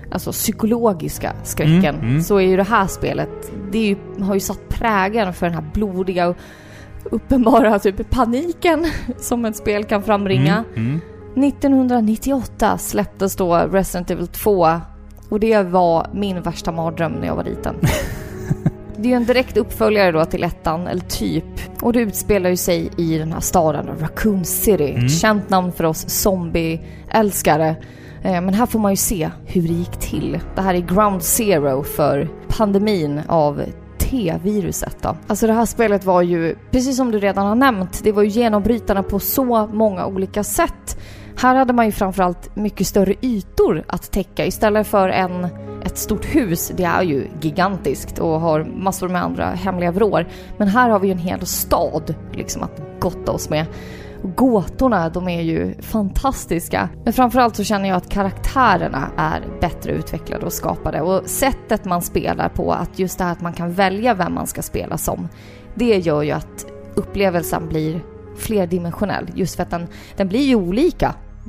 psykologiska skräcken så är ju det här spelet, har ju satt prägen för den här blodiga och uppenbara typ paniken som ett spel kan frambringa. 1998 släpptes då Resident Evil 2 och det var min värsta mardröm när jag var liten. Det är ju en direkt uppföljare då till 1:an, eller typ. Och det utspelar ju sig i den här staden, Raccoon City. Ett känt namn för oss zombie-älskare. Men här får man ju se hur det gick till. Det här är ground zero för pandemin av T-viruset då. Alltså det här spelet var ju, precis som du redan har nämnt, det var ju genombrytarna på så många olika sätt. Här hade man ju framförallt mycket större ytor att täcka istället för ett stort hus. Det är ju gigantiskt och har massor med andra hemliga vrår. Men här har vi ju en hel stad liksom att gotta oss med. Och gåtorna, de är ju fantastiska. Men framförallt så känner jag att karaktärerna är bättre utvecklade och skapade. Och sättet man spelar på, att just det här att man kan välja vem man ska spela som, det gör ju att upplevelsen blir flerdimensionell. Just för att den blir ju olika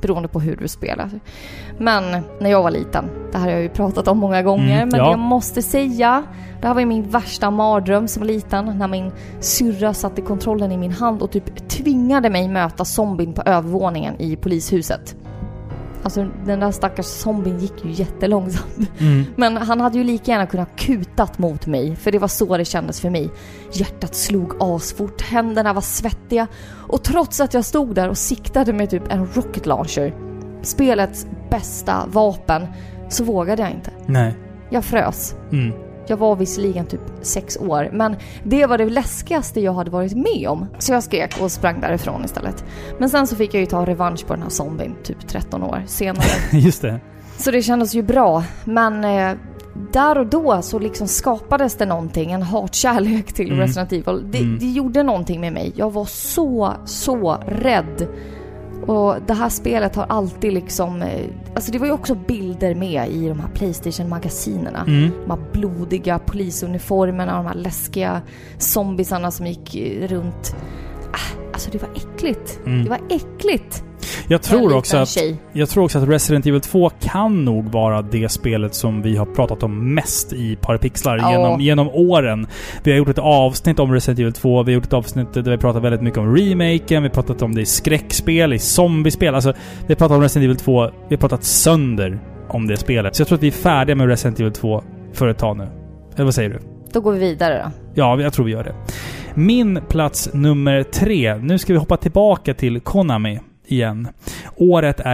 beroende på hur du spelar. Men när jag var liten, det här har jag ju pratat om många gånger, men jag måste säga, det här var ju min värsta mardröm som liten, när min syrra satte kontrollen i min hand och typ tvingade mig möta zombien på övervåningen i polishuset. Alltså den där stackars zombien gick ju jättelångsamt. Men han hade ju lika gärna kunnat kutat mot mig, för det var så det kändes för mig. Hjärtat slog asfort, händerna var svettiga, och trots att jag stod där och siktade med typ en rocket launcher, spelets bästa vapen, så vågade jag inte. Nej. Jag frös. Jag var visserligen typ 6 år, men det var det läskigaste jag hade varit med om. Så jag skrek och sprang därifrån istället. Men sen så fick jag ju ta revansch på den här zombien typ 13 år senare. Just det. Så det kändes ju bra. Men där och då så liksom skapades det någonting, en hatkärlek till Resident Evil. Det gjorde någonting med mig. Jag var så rädd. Och det här spelet har alltid liksom... Alltså det var ju också bilder med i de här PlayStation-magasinerna. De här blodiga polisuniformerna, de här läskiga zombiesarna som gick runt. Alltså det var äckligt. Det var äckligt. Jag tror också att Resident Evil 2 kan nog vara det spelet som vi har pratat om mest i Parapixlar genom åren. Vi har gjort ett avsnitt om Resident Evil 2, vi har gjort ett avsnitt där vi pratat väldigt mycket om remaken, vi har pratat om det i skräckspel, i zombiespel. Alltså, vi har pratat om Resident Evil 2, vi har pratat sönder om det spelet. Så jag tror att vi är färdiga med Resident Evil 2 för ett tag nu. Eller vad säger du? Då går vi vidare då. Ja, jag tror vi gör det. Min plats nummer 3. Nu ska vi hoppa tillbaka till Konami igen. Året är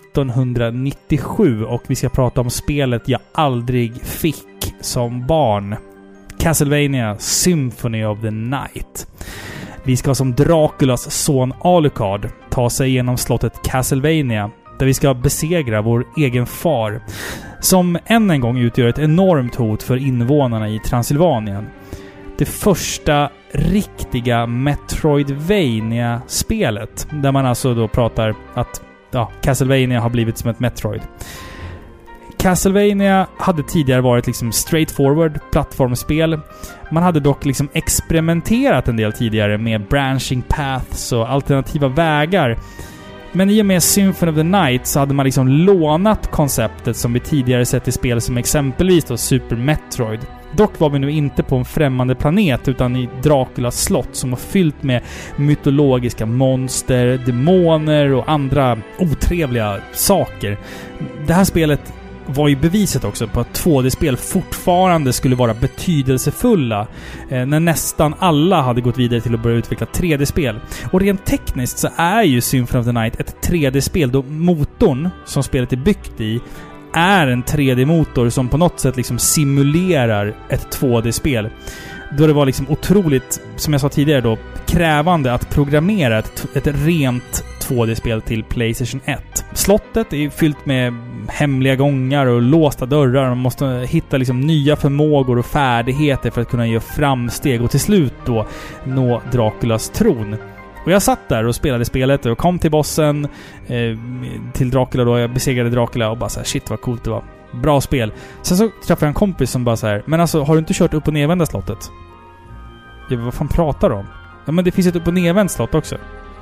1997 och vi ska prata om spelet jag aldrig fick som barn. Castlevania Symphony of the Night. Vi ska som Draculas son Alucard ta sig igenom slottet Castlevania, där vi ska besegra vår egen far, som än en gång utgör ett enormt hot för invånarna i Transylvanien. Det första riktiga Metroidvania-spelet, där man alltså då pratar att Castlevania har blivit som ett Metroid. Castlevania hade tidigare varit liksom straightforward plattformspel. Man hade dock liksom experimenterat en del tidigare med branching paths och alternativa vägar. Men i och med Symphony of the Night så hade man liksom lånat konceptet som vi tidigare sett i spel som exempelvis då Super Metroid. Dock var vi nu inte på en främmande planet utan i Draculas slott som var fyllt med mytologiska monster, demoner och andra otrevliga saker. Det här spelet var ju beviset också på att 2D-spel fortfarande skulle vara betydelsefulla när nästan alla hade gått vidare till att börja utveckla 3D-spel. Och rent tekniskt så är ju Symphony of the Night ett 3D-spel då motorn som spelet är byggt i är en 3D-motor som på något sätt liksom simulerar ett 2D-spel. Då det var liksom otroligt, som jag sa tidigare då, krävande att programmera ett rent 2D-spel till PlayStation 1. Slottet är fyllt med hemliga gångar och låsta dörrar. Man måste hitta liksom nya förmågor och färdigheter för att kunna göra framsteg och till slut då nå Draculas tron. Och jag satt där och spelade spelet och kom till bossen till Dracula då. Jag besegrade Dracula och bara så här, shit vad coolt det var. Bra spel. Sen så träffade jag en kompis som bara så här, men alltså har du inte kört upp- och nedvända slottet? Ja, vad fan pratar du om? Ja, men det finns ett upp- och nedvänt slott också.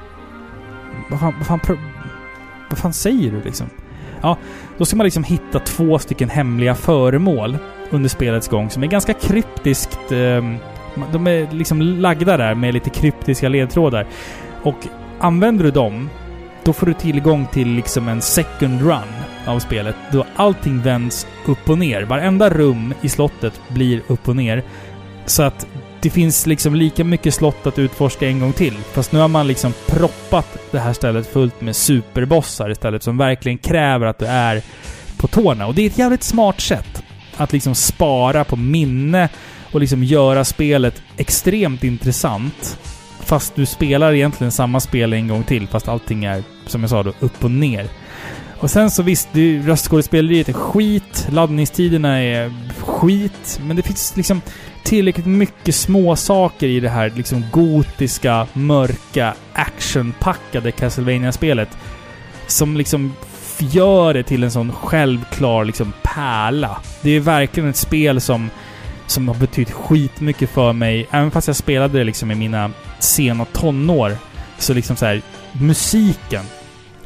Vad fan säger du liksom? Ja, då ska man liksom hitta 2 stycken hemliga föremål under spelets gång som är ganska kryptiskt. De är liksom lagda där med lite kryptiska ledtrådar. Och använder du dem, då får du tillgång till liksom en second run av spelet. Då allting vänds upp och ner. Varenda rum i slottet blir upp och ner. Så att det finns liksom lika mycket slott att utforska en gång till. Fast nu har man liksom proppat det här stället fullt med superbossar istället som verkligen kräver att du är på tårna. Och det är ett jävligt smart sätt att liksom spara på minne och liksom göra spelet extremt intressant. Fast du spelar egentligen samma spel en gång till. Fast allting är, som jag sa då, upp och ner. Och sen så visst, röstskådespeleriet är skit. Laddningstiderna är skit. Men det finns liksom tillräckligt mycket små saker i det här liksom gotiska, mörka, actionpackade Castlevania-spelet. Som liksom gör det till en sån självklar liksom pärla. Det är verkligen ett spel som har betytt skitmycket för mig. Även fast jag spelade det liksom i mina sena tonår. Så liksom så här, musiken.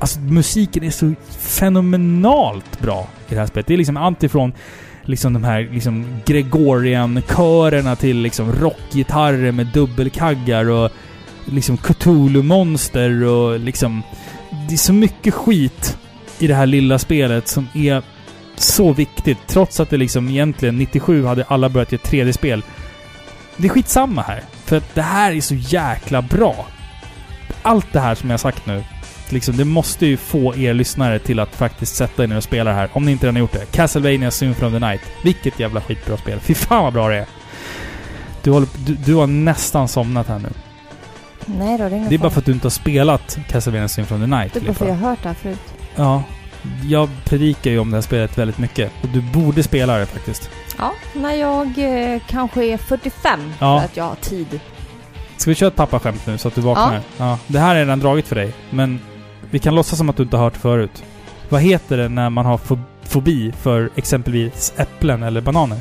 Alltså musiken är så fenomenalt bra i det här spelet. Det är liksom allt ifrån liksom de här liksom Gregorian-körerna till liksom rockgitarrer med dubbelkaggar och liksom Cthulhu-monster och liksom... Det är så mycket skit i det här lilla spelet som är så viktigt. Trots att det liksom egentligen 97 hade alla börjat göra 3D-spel. Det är skitsamma här. För att det här är så jäkla bra. Allt det här som jag har sagt nu, liksom, det måste ju få er lyssnare till att faktiskt sätta in och spela det här. Om ni inte redan har gjort det. Castlevania Symphony of the Night. Vilket jävla skitbra spel. Fy fan vad bra det är. Du har nästan somnat här nu. Nej då, det är bara för att du inte har spelat Castlevania Symphony of the Night. Det är bara för jag har hört det här förut. Ja. Jag predikar ju om det här spelet väldigt mycket. Och du borde spela det faktiskt. Ja, när jag kanske är 45 för att jag har tid. Ska vi köra ett pappaskämt nu så att du vaknar? Ja. Det här är redan dragit för dig. Men vi kan låtsas som att du inte har hört förut. Vad heter det när man har fobi för exempelvis äpplen eller bananer?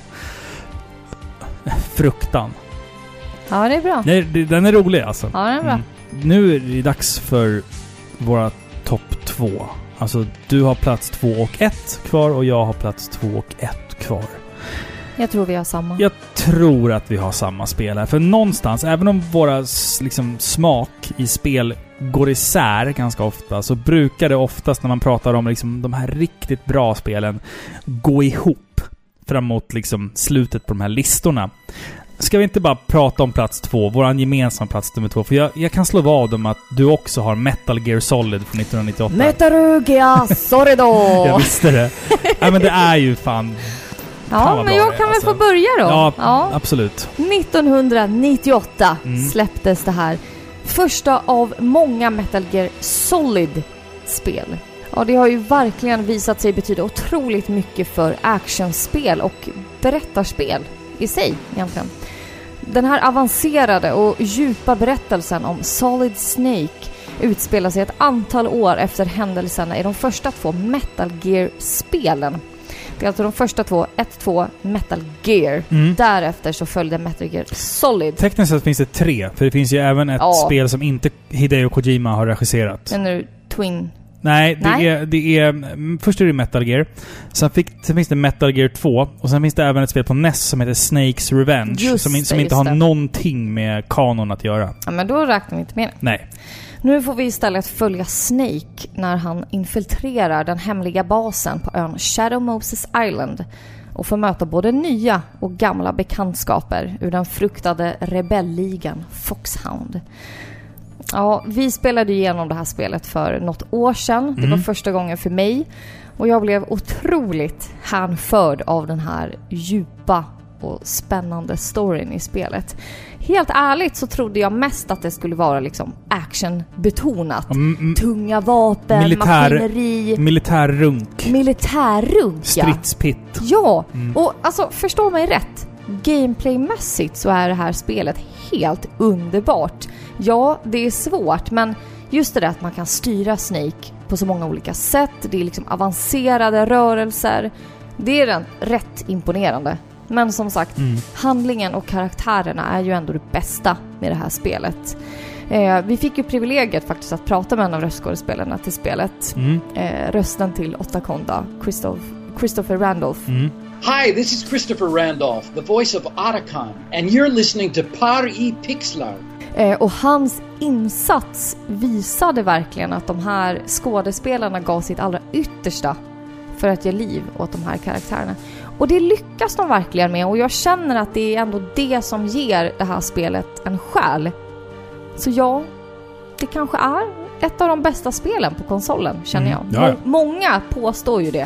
Fruktan. Ja, det är bra. Den är rolig alltså. Ja, den är bra. Nu är det dags för våra topp 2. Alltså, du har plats 2 och 1 kvar och jag har plats 2 och 1 kvar. Jag tror vi har samma. Jag tror att vi har samma spel här. För någonstans, även om våra liksom, smak i spel går isär ganska ofta, så brukar det oftast när man pratar om liksom, de här riktigt bra spelen gå ihop framåt liksom, slutet på de här listorna. Ska vi inte bara prata om plats 2, våran gemensamma plats nummer 2? För jag kan slå vad om att du också har Metal Gear Solid från 1998. Metal Gear Solid! Jag visste det. Nej, men det är ju fan... Ja, men jag kan väl få börja då? Ja, absolut. 1998 släpptes det här. Första av många Metal Gear Solid-spel. Ja, det har ju verkligen visat sig betyda otroligt mycket för actionspel och berättarspel i sig egentligen. Den här avancerade och djupa berättelsen om Solid Snake utspelar sig ett antal år efter händelserna i de första 2 Metal Gear-spelen. Det är alltså de första 2, 1-2 Metal Gear. Därefter så följde Metal Gear Solid. Tekniskt sett finns det 3, för det finns ju även ett spel som inte Hideo Kojima har regisserat. Men nu Twin... Nej, det är först är det Metal Gear. Sen finns det Metal Gear 2. Och sen finns det även ett spel på NES som heter Snake's Revenge. Som inte har någonting med kanon att göra. Ja, men då räknar vi inte med det. Nej. Nu får vi istället följa Snake när han infiltrerar den hemliga basen på ön Shadow Moses Island och får möta både nya och gamla bekantskaper ur den fruktade rebellligan Foxhound. Ja, vi spelade igenom det här spelet för något år sedan. Det var första gången för mig. Och jag blev otroligt hänförd av den här djupa och spännande storyn i spelet. Helt ärligt så trodde jag mest att det skulle vara liksom actionbetonat. Tunga vapen, maskineri. Militärrunk, ja. Stridspitt. Ja, och alltså förstå mig rätt. Gameplaymässigt så är det här spelet helt underbart. Ja, det är svårt, men just det där att man kan styra Snake på så många olika sätt. Det är liksom avancerade rörelser. Det är rätt imponerande. Men som sagt, handlingen och karaktärerna är ju ändå det bästa med det här spelet. Vi fick ju privilegiet faktiskt att prata med en av röstskådespelarna till spelet. Rösten till Otaconda, Christopher Randolph. Hi, this is Christopher Randolph, the voice of Otacon, and you're listening to Par i Pixlar. Och hans insats visade verkligen att de här skådespelarna gav sitt allra yttersta för att ge liv åt de här karaktärerna. Och det lyckas de verkligen med, och jag känner att det är ändå det som ger det här spelet en själ. Så ja, det kanske är ett av de bästa spelen på konsolen, känner jag. Ja. Många påstår ju det.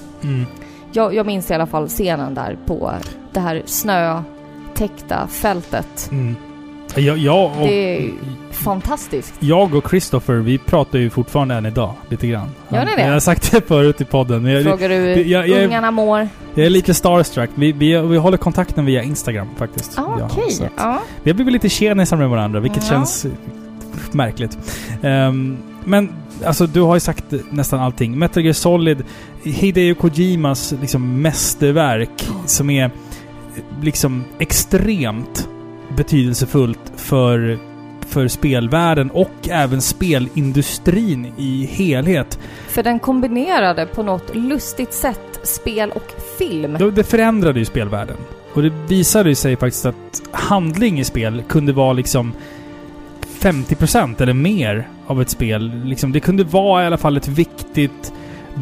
Jag minns i alla fall scenen där på det här snötäckta fältet. Det är fantastiskt. Jag och Christopher, vi pratar ju fortfarande än idag lite grann. Gör ni det? Jag har sagt det förut i podden. Frågar du ungarna mår? Jag är lite starstruck. Vi håller kontakten via Instagram faktiskt. Okej. Vi har blivit lite tjenisar med varandra, vilket känns märkligt. Men alltså, du har ju sagt nästan allting. Metal Gear Solid, Hideo Kojimas liksom mästerverk som är liksom extremt betydelsefullt för för spelvärlden och även spelindustrin i helhet. För den kombinerade på något lustigt sätt spel och film. Det förändrade ju spelvärlden. Och det visade ju sig faktiskt att handling i spel kunde vara liksom 50% eller mer av ett spel. Liksom, det kunde vara i alla fall ett viktigt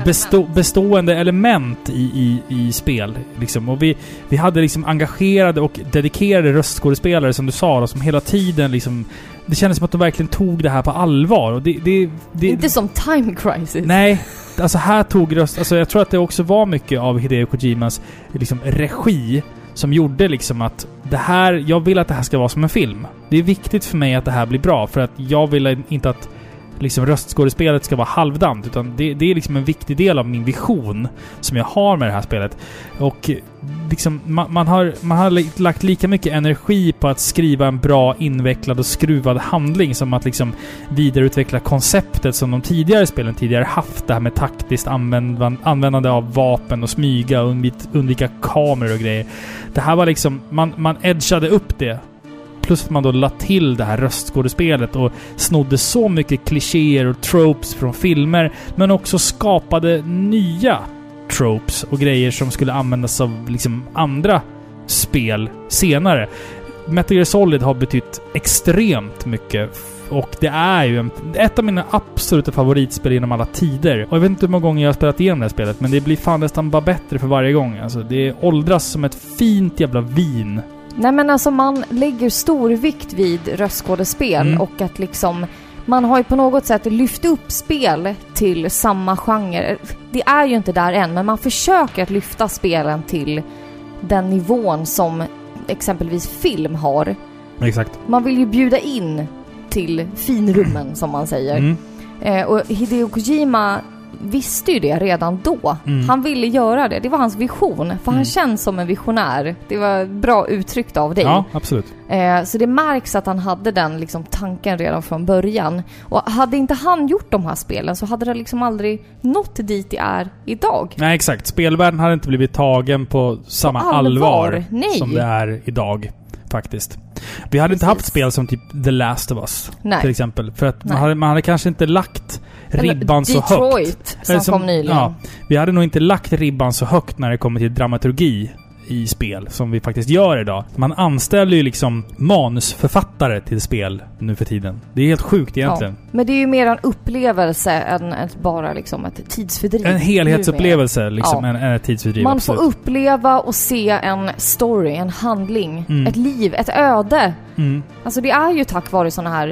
bestående element i spel. Liksom. Och vi hade liksom engagerade och dedikerade röstskådespelare, som du sa, då, som hela tiden liksom... Det kändes som att de verkligen tog det här på allvar. Och det inte som Time Crisis. Nej, alltså här tog röst... Alltså jag tror att det också var mycket av Hideo Kojimas liksom, regi som gjorde liksom att det här... Jag vill att det här ska vara som en film. Det är viktigt för mig att det här blir bra, för att jag vill inte att liksom röstskådespelet ska vara halvdant, utan det är liksom en viktig del av min vision som jag har med det här spelet. Och liksom man har lagt lika mycket energi på att skriva en bra, invecklad och skruvad handling som att liksom vidareutveckla konceptet som de tidigare spelen tidigare haft, det här med taktiskt användande av vapen och smyga och undvika kameror och grejer. Det här var liksom, man edgade upp det. Plus att man då la till det här röstskådespelet och snodde så mycket klichéer och tropes från filmer, men också skapade nya tropes och grejer som skulle användas av liksom andra spel senare. Metal Gear Solid har betytt extremt mycket, och det är ju ett av mina absoluta favoritspel genom alla tider. Och jag vet inte hur många gånger jag har spelat igenom det här spelet, men det blir fan nästan bara bättre för varje gång. Alltså, det åldras som ett fint jävla vin. Nej, men alltså man lägger stor vikt vid röstskådespel och att liksom man har ju på något sätt lyft upp spel till samma genre. Det är ju inte där än, men man försöker att lyfta spelen till den nivån som exempelvis film har. Exakt. Man vill ju bjuda in till finrummen som man säger. Och Hideo Kojima visste ju det redan då. Han ville göra det. Det var hans vision. För han känns som en visionär. Det var bra uttryckt av dig. Ja, absolut. Så det märks att han hade den liksom, tanken redan från början. Och hade inte han gjort de här spelen så hade det liksom aldrig nått dit det är idag. Nej, exakt. Spelvärlden hade inte blivit tagen på samma allvar som det är idag. Faktiskt. Vi hade inte haft spel som typ The Last of Us. Nej. Till exempel. För att man hade kanske inte lagt ribban så högt. Detroit som kom nyligen. Ja, vi hade nog inte lagt ribban så högt när det kommer till dramaturgi i spel som vi faktiskt gör idag. Man anställer ju liksom manusförfattare till spel nu för tiden. Det är helt sjukt egentligen. Ja, men det är ju mer en upplevelse än bara liksom ett tidsfördriv. En helhetsupplevelse liksom, än ett tidsfördriv. Man absolut. får uppleva och se en story, en handling, ett liv, ett öde. Alltså det är ju tack vare såna här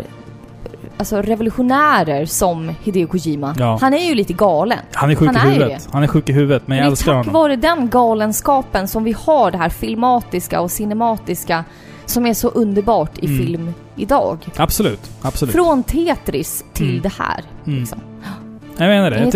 revolutionärer som Hideo Kojima. Ja. Han är ju lite galen. Han är sjuk i huvudet. Han är sjuk i huvudet, men jag älskar honom. Tack vare den galenskapen som vi har, det här filmatiska och cinematiska som är så underbart i film idag. Absolut. Från Tetris till det här. Liksom. Jag menar det. Jag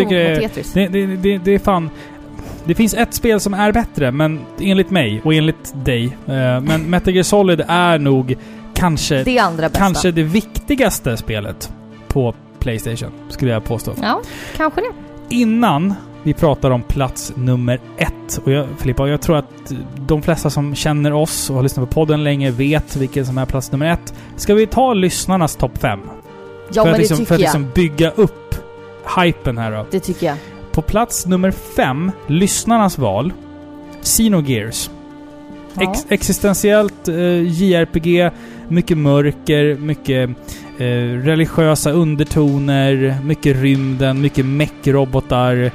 tycker det är fan... Det finns ett spel som är bättre, men enligt mig och enligt dig. Men Metal Gear Solid är nog kanske det viktigaste spelet på PlayStation, skulle jag påstå. Ja, kanske det. Innan vi pratar om plats nummer 1, och Filippa, jag tror att de flesta som känner oss och har lyssnat på podden länge vet vilken som är plats nummer 1. Ska vi ta lyssnarnas topp 5? Ja, men det tycker jag. För att liksom bygga upp hypen här då. Det tycker jag. På plats nummer 5, lyssnarnas val, Xenogears. Ja. Existentiellt JRPG, mycket mörker, mycket religiösa undertoner, mycket rymden, mycket mech-robotar.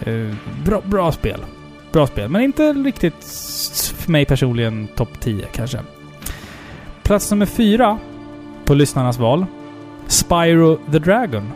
Bra spel. Bra spel, men inte riktigt för mig personligen topp 10 kanske. Plats nummer 4 på lyssnarnas val, Spyro the Dragon.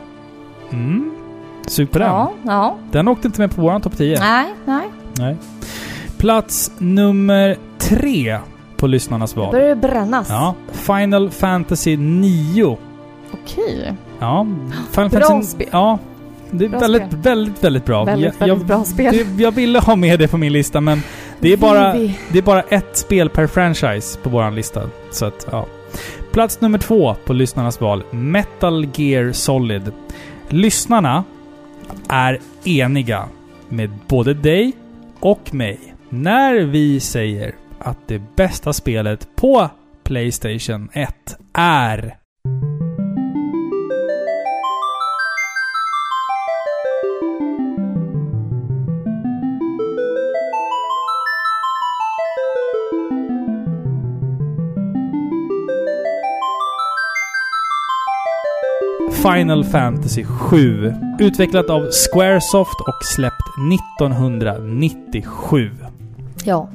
Super den. Ja. Den åkte inte med på våran topp 10. Nej. Plats nummer 3 på lyssnarnas val. Det börjar brännas. Ja. Final Fantasy 9. Okej. Ja. Final bra Fantasy... spel. Ja. Det är väldigt bra. Väldigt bra spel. Jag ville ha med det på min lista, men det är bara ett spel per franchise på våran lista. Så att, ja. Plats nummer 2 på lyssnarnas val, Metal Gear Solid. Lyssnarna är eniga med både dig och mig när vi säger att det bästa spelet på PlayStation 1 är Final Fantasy 7. Utvecklat av Squaresoft och släppt 1997. Ja.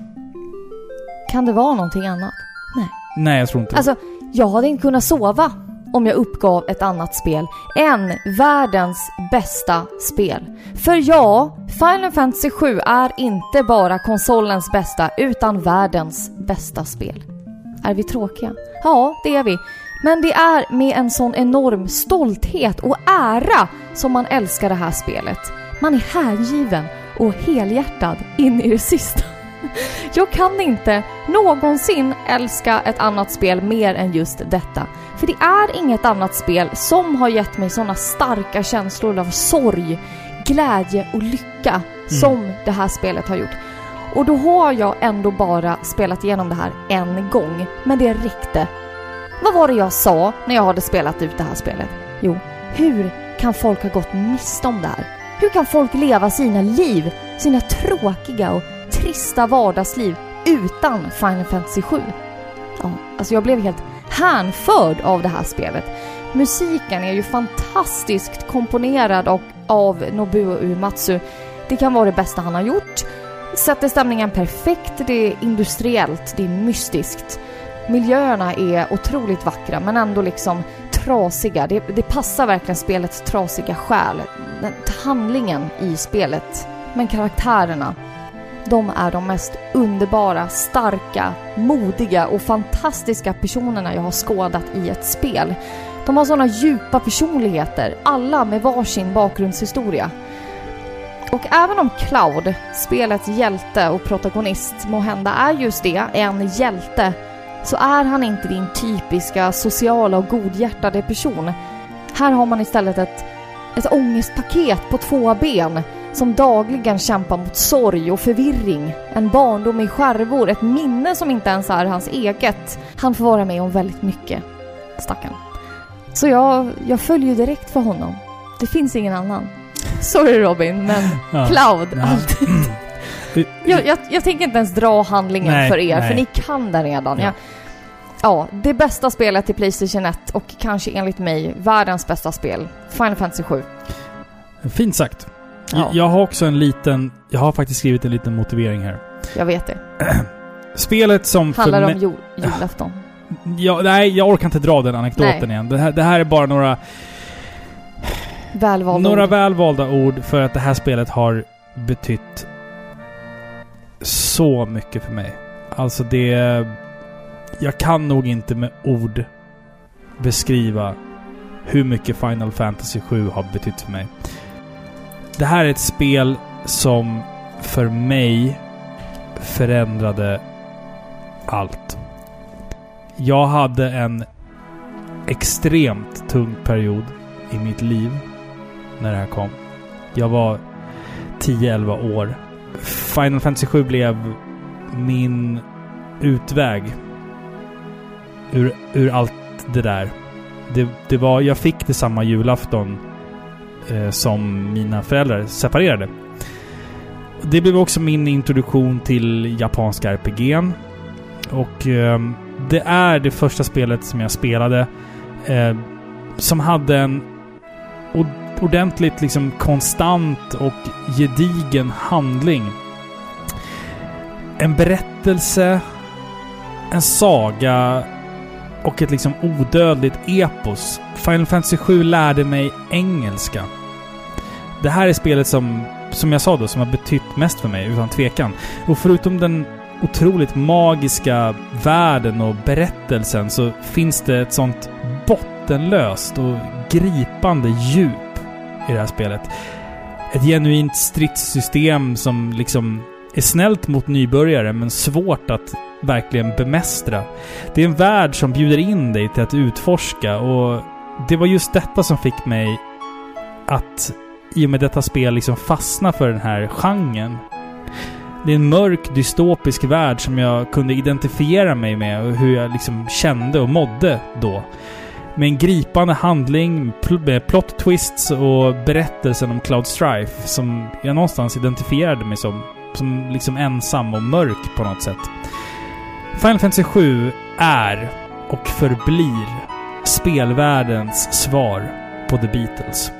Kan det vara någonting annat? Nej. Nej, jag tror inte. Alltså, jag hade inte kunnat sova om jag uppgav ett annat spel än världens bästa spel. För ja, Final Fantasy 7 är inte bara konsolens bästa utan världens bästa spel. Är vi tråkiga? Ja, det är vi. Men det är med en sån enorm stolthet och ära som man älskar det här spelet. Man är hängiven och helhjärtad in i det sista. Jag kan inte någonsin älska ett annat spel mer än just detta. För det är inget annat spel som har gett mig såna starka känslor av sorg, glädje och lycka som det här spelet har gjort. Och då har jag ändå bara spelat igenom det här en gång. Men det räckte. Vad var det jag sa när jag hade spelat ut det här spelet? Jo, hur kan folk ha gått miste om det här? Hur kan folk leva sina liv, sina tråkiga och trista vardagsliv utan Final Fantasy 7? Ja, alltså jag blev helt hänförd av det här spelet. Musiken är ju fantastiskt komponerad av Nobuo Uematsu. Det kan vara det bästa han har gjort. Sätter stämningen perfekt, det är industriellt, det är mystiskt. Miljöerna är otroligt vackra men ändå liksom trasiga. Det passar verkligen spelets trasiga själ. Handlingen i spelet. Men karaktärerna, de är de mest underbara, starka, modiga och fantastiska personerna jag har skådat i ett spel. De har såna djupa personligheter, alla med varsin bakgrundshistoria. Och även om Cloud, spelets hjälte och protagonist, måhända är just det, en hjälte, så är han inte din typiska sociala och godhjärtade person. Här har man istället ett ångestpaket på 2 ben som dagligen kämpar mot sorg och förvirring. En barndom i skärvor, ett minne som inte ens är hans eget. Han får vara med om väldigt mycket, stackarn. Så jag följer direkt för honom. Det finns ingen annan. Sorry Robin, men Cloud, alltid. Jag tänker inte ens dra handlingen för er, för ni kan den redan. Ja, det bästa spelet till PlayStation 1 och kanske enligt mig världens bästa spel, Final Fantasy 7. Fint sagt. Ja. Jag har faktiskt skrivit en liten motivering här. Jag vet det. Spelet som handlar om julafton. Nej, jag orkar inte dra den anekdoten igen. Det här är bara några välvalda ord för att det här spelet har betytt så mycket för mig. Alltså jag kan nog inte med ord beskriva hur mycket Final Fantasy 7 har betytt för mig. Det här är ett spel som för mig förändrade allt. Jag hade en extremt tung period i mitt liv när det här kom. Jag var 10-11 år. Final Fantasy 7 blev min utväg ur allt det där. Jag fick det samma julafton som mina föräldrar separerade. Det blev också min introduktion till japanska RPG:n. Och det är det första spelet som jag spelade som hade en ordentligt liksom konstant och gedigen handling. En berättelse, en saga och ett liksom odödligt epos. Final Fantasy 7 lärde mig engelska. Det här är spelet som jag sa då, som har betytt mest för mig, utan tvekan. Och förutom den otroligt magiska världen och berättelsen så finns det ett sånt bottenlöst och gripande djup i det här spelet. Ett genuint stridssystem som liksom är snällt mot nybörjare men svårt att verkligen bemästra. Det är en värld som bjuder in dig till att utforska, och det var just detta som fick mig att i och med detta spel liksom fastna för den här genren. Det är en mörk, dystopisk värld som jag kunde identifiera mig med och hur jag liksom kände och mådde då. Med en gripande handling, med plot twists och berättelsen om Cloud Strife som jag någonstans identifierade mig som liksom ensam och mörk på något sätt. Final Fantasy 7 är och förblir spelvärldens svar på The Beatles.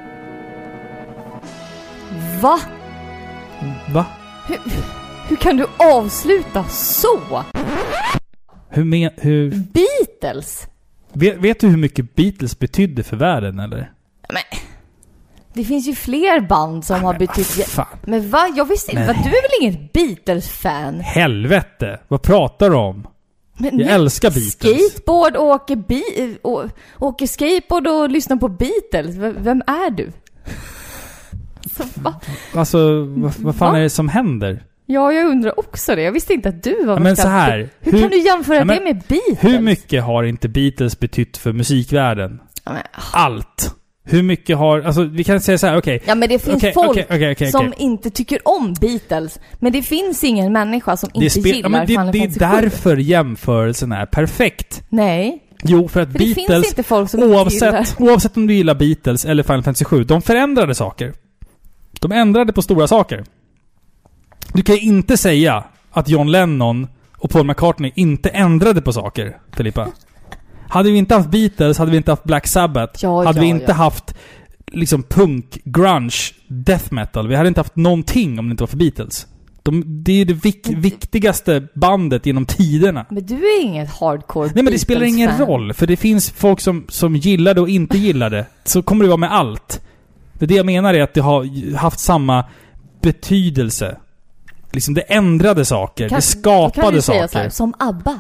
Va? Va? Hur kan du avsluta så? Hur... Beatles? Vet du hur mycket Beatles betydde för världen, eller? Men det finns ju fler band som har betytt... Fan. Men va? Jag visste inte. Du är väl ingen Beatles-fan? Helvete! Vad pratar du om? Men jag älskar Beatles. Skateboard åker skateboard och lyssnar på Beatles. Vem är du? Alltså, vad fan är det som händer? Ja, jag undrar också det. Jag visste inte att du var... Men så här, hur kan du jämföra det med Beatles? Hur mycket har inte Beatles betytt för musikvärlden? Allt. Hur mycket har... Alltså, vi kan säga så här, okej. Ja, men det finns folk som inte tycker om Beatles. Men det finns ingen människa som inte gillar Final Fantasy 7. Det är därför jämförelsen är perfekt. Nej. Jo, för att för Beatles... Det finns inte folk som oavsett om du gillar Beatles eller Final Fantasy 7, de förändrade saker. De ändrade på stora saker. Du kan ju inte säga att John Lennon och Paul McCartney inte ändrade på saker, Filippa. Hade vi inte haft Beatles, hade vi inte haft Black Sabbath, hade vi inte haft liksom punk, grunge, death metal. Vi hade inte haft någonting om det inte var för Beatles. Det är det viktigaste bandet genom tiderna. Men du är inget hardcore Beatles-fan. Nej, men det spelar ingen roll. För det finns folk som gillar det och inte gillar det. Så kommer det vara med allt. Det jag menar är att det har haft samma betydelse. Liksom det ändrade saker. Det skapade saker. Kan du säga så här, som ABBA?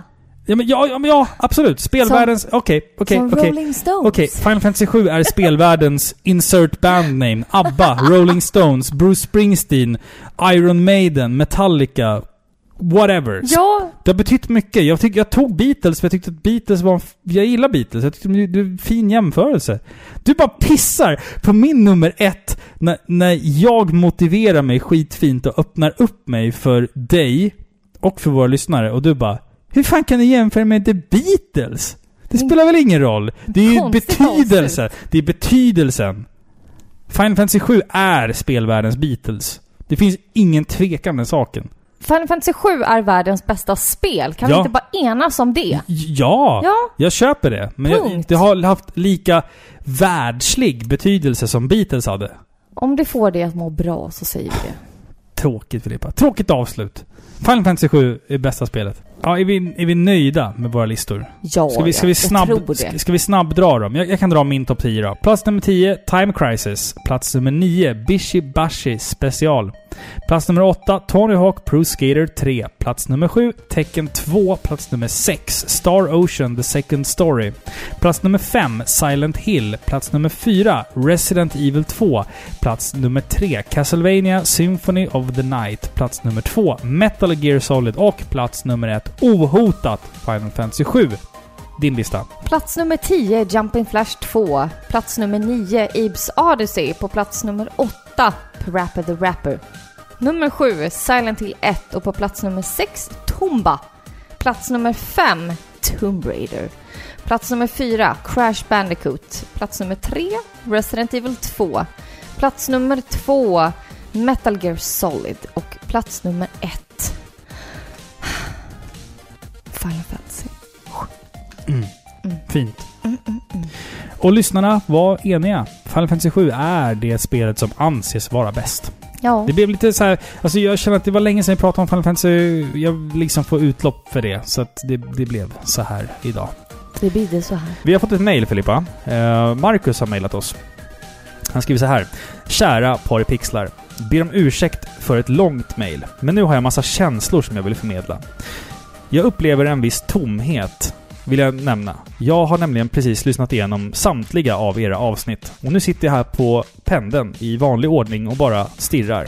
Ja, absolut. Spelvärldens... Okej. Rolling Stones. Okej, Final Fantasy 7 är spelvärldens insert band name. ABBA, Rolling Stones, Bruce Springsteen, Iron Maiden, Metallica, whatever. Ja. Det har betytt mycket. Jag tog Beatles för jag tyckte att Beatles var... Jag gillar Beatles. Jag tyckte det var en fin jämförelse. Du bara pissar på min nummer 1 när jag motiverar mig skitfint och öppnar upp mig för dig och för våra lyssnare. Och du bara... Hur fan kan du jämföra med The Beatles? Det spelar väl ingen roll? Det är ju betydelsen. Det är betydelsen. Final Fantasy 7 är spelvärldens Beatles. Det finns ingen tvekan med saken. Final Fantasy 7 är världens bästa spel. Kan vi inte bara enas om det? Ja, jag köper det. Men det har haft lika världslig betydelse som Beatles hade. Om det får det att må bra så säger vi det. Tråkigt, Filippa. Tråkigt avslut. Final Fantasy 7 är bästa spelet. Ja, är vi nöjda med våra listor? Ja, ska vi snabbdra dem? Jag kan dra min topp 10 då. Plats nummer 10, Time Crisis. Plats nummer 9, Bishi Bashi Special. Plats nummer 8, Tony Hawk Pro Skater 3. Plats nummer 7, Tekken 2. Plats nummer 6, Star Ocean The Second Story. Plats nummer 5, Silent Hill. Plats nummer 4, Resident Evil 2. Plats nummer 3, Castlevania Symphony of the Night. Plats nummer 2, Metal Gear Solid. Och plats nummer 1, ohotat Final Fantasy 7. Din lista. Plats nummer 10, Jumping Flash 2. Plats nummer 9, Abe's Odyssey. På plats nummer 8, Parappa the Rapper. Nummer 7, Silent Hill 1. Och på plats nummer 6, Tomba. Plats nummer 5, Tomb Raider. Plats nummer 4, Crash Bandicoot. Plats nummer 3, Resident Evil 2. Plats nummer 2, Metal Gear Solid. Och plats nummer 1, Final Fantasy. Fint. Och lyssnarna var eniga. Final Fantasy 7 är det spelet som anses vara bäst. Ja. Det blev lite så här, alltså jag känner att det var länge sedan jag pratade om Final Fantasy. Jag liksom får utlopp för det. Så att det blev så här idag. Det blir det så här. Vi har fått ett mejl, Filippa. Marcus har mejlat oss. Han skriver så här: kära Paripixlar, ber om ursäkt för ett långt mejl. Men nu har jag massa känslor som jag vill förmedla. Jag upplever en viss tomhet, vill jag nämna. Jag har nämligen precis lyssnat igenom samtliga av era avsnitt. Och nu sitter jag här på pendeln i vanlig ordning och bara stirrar.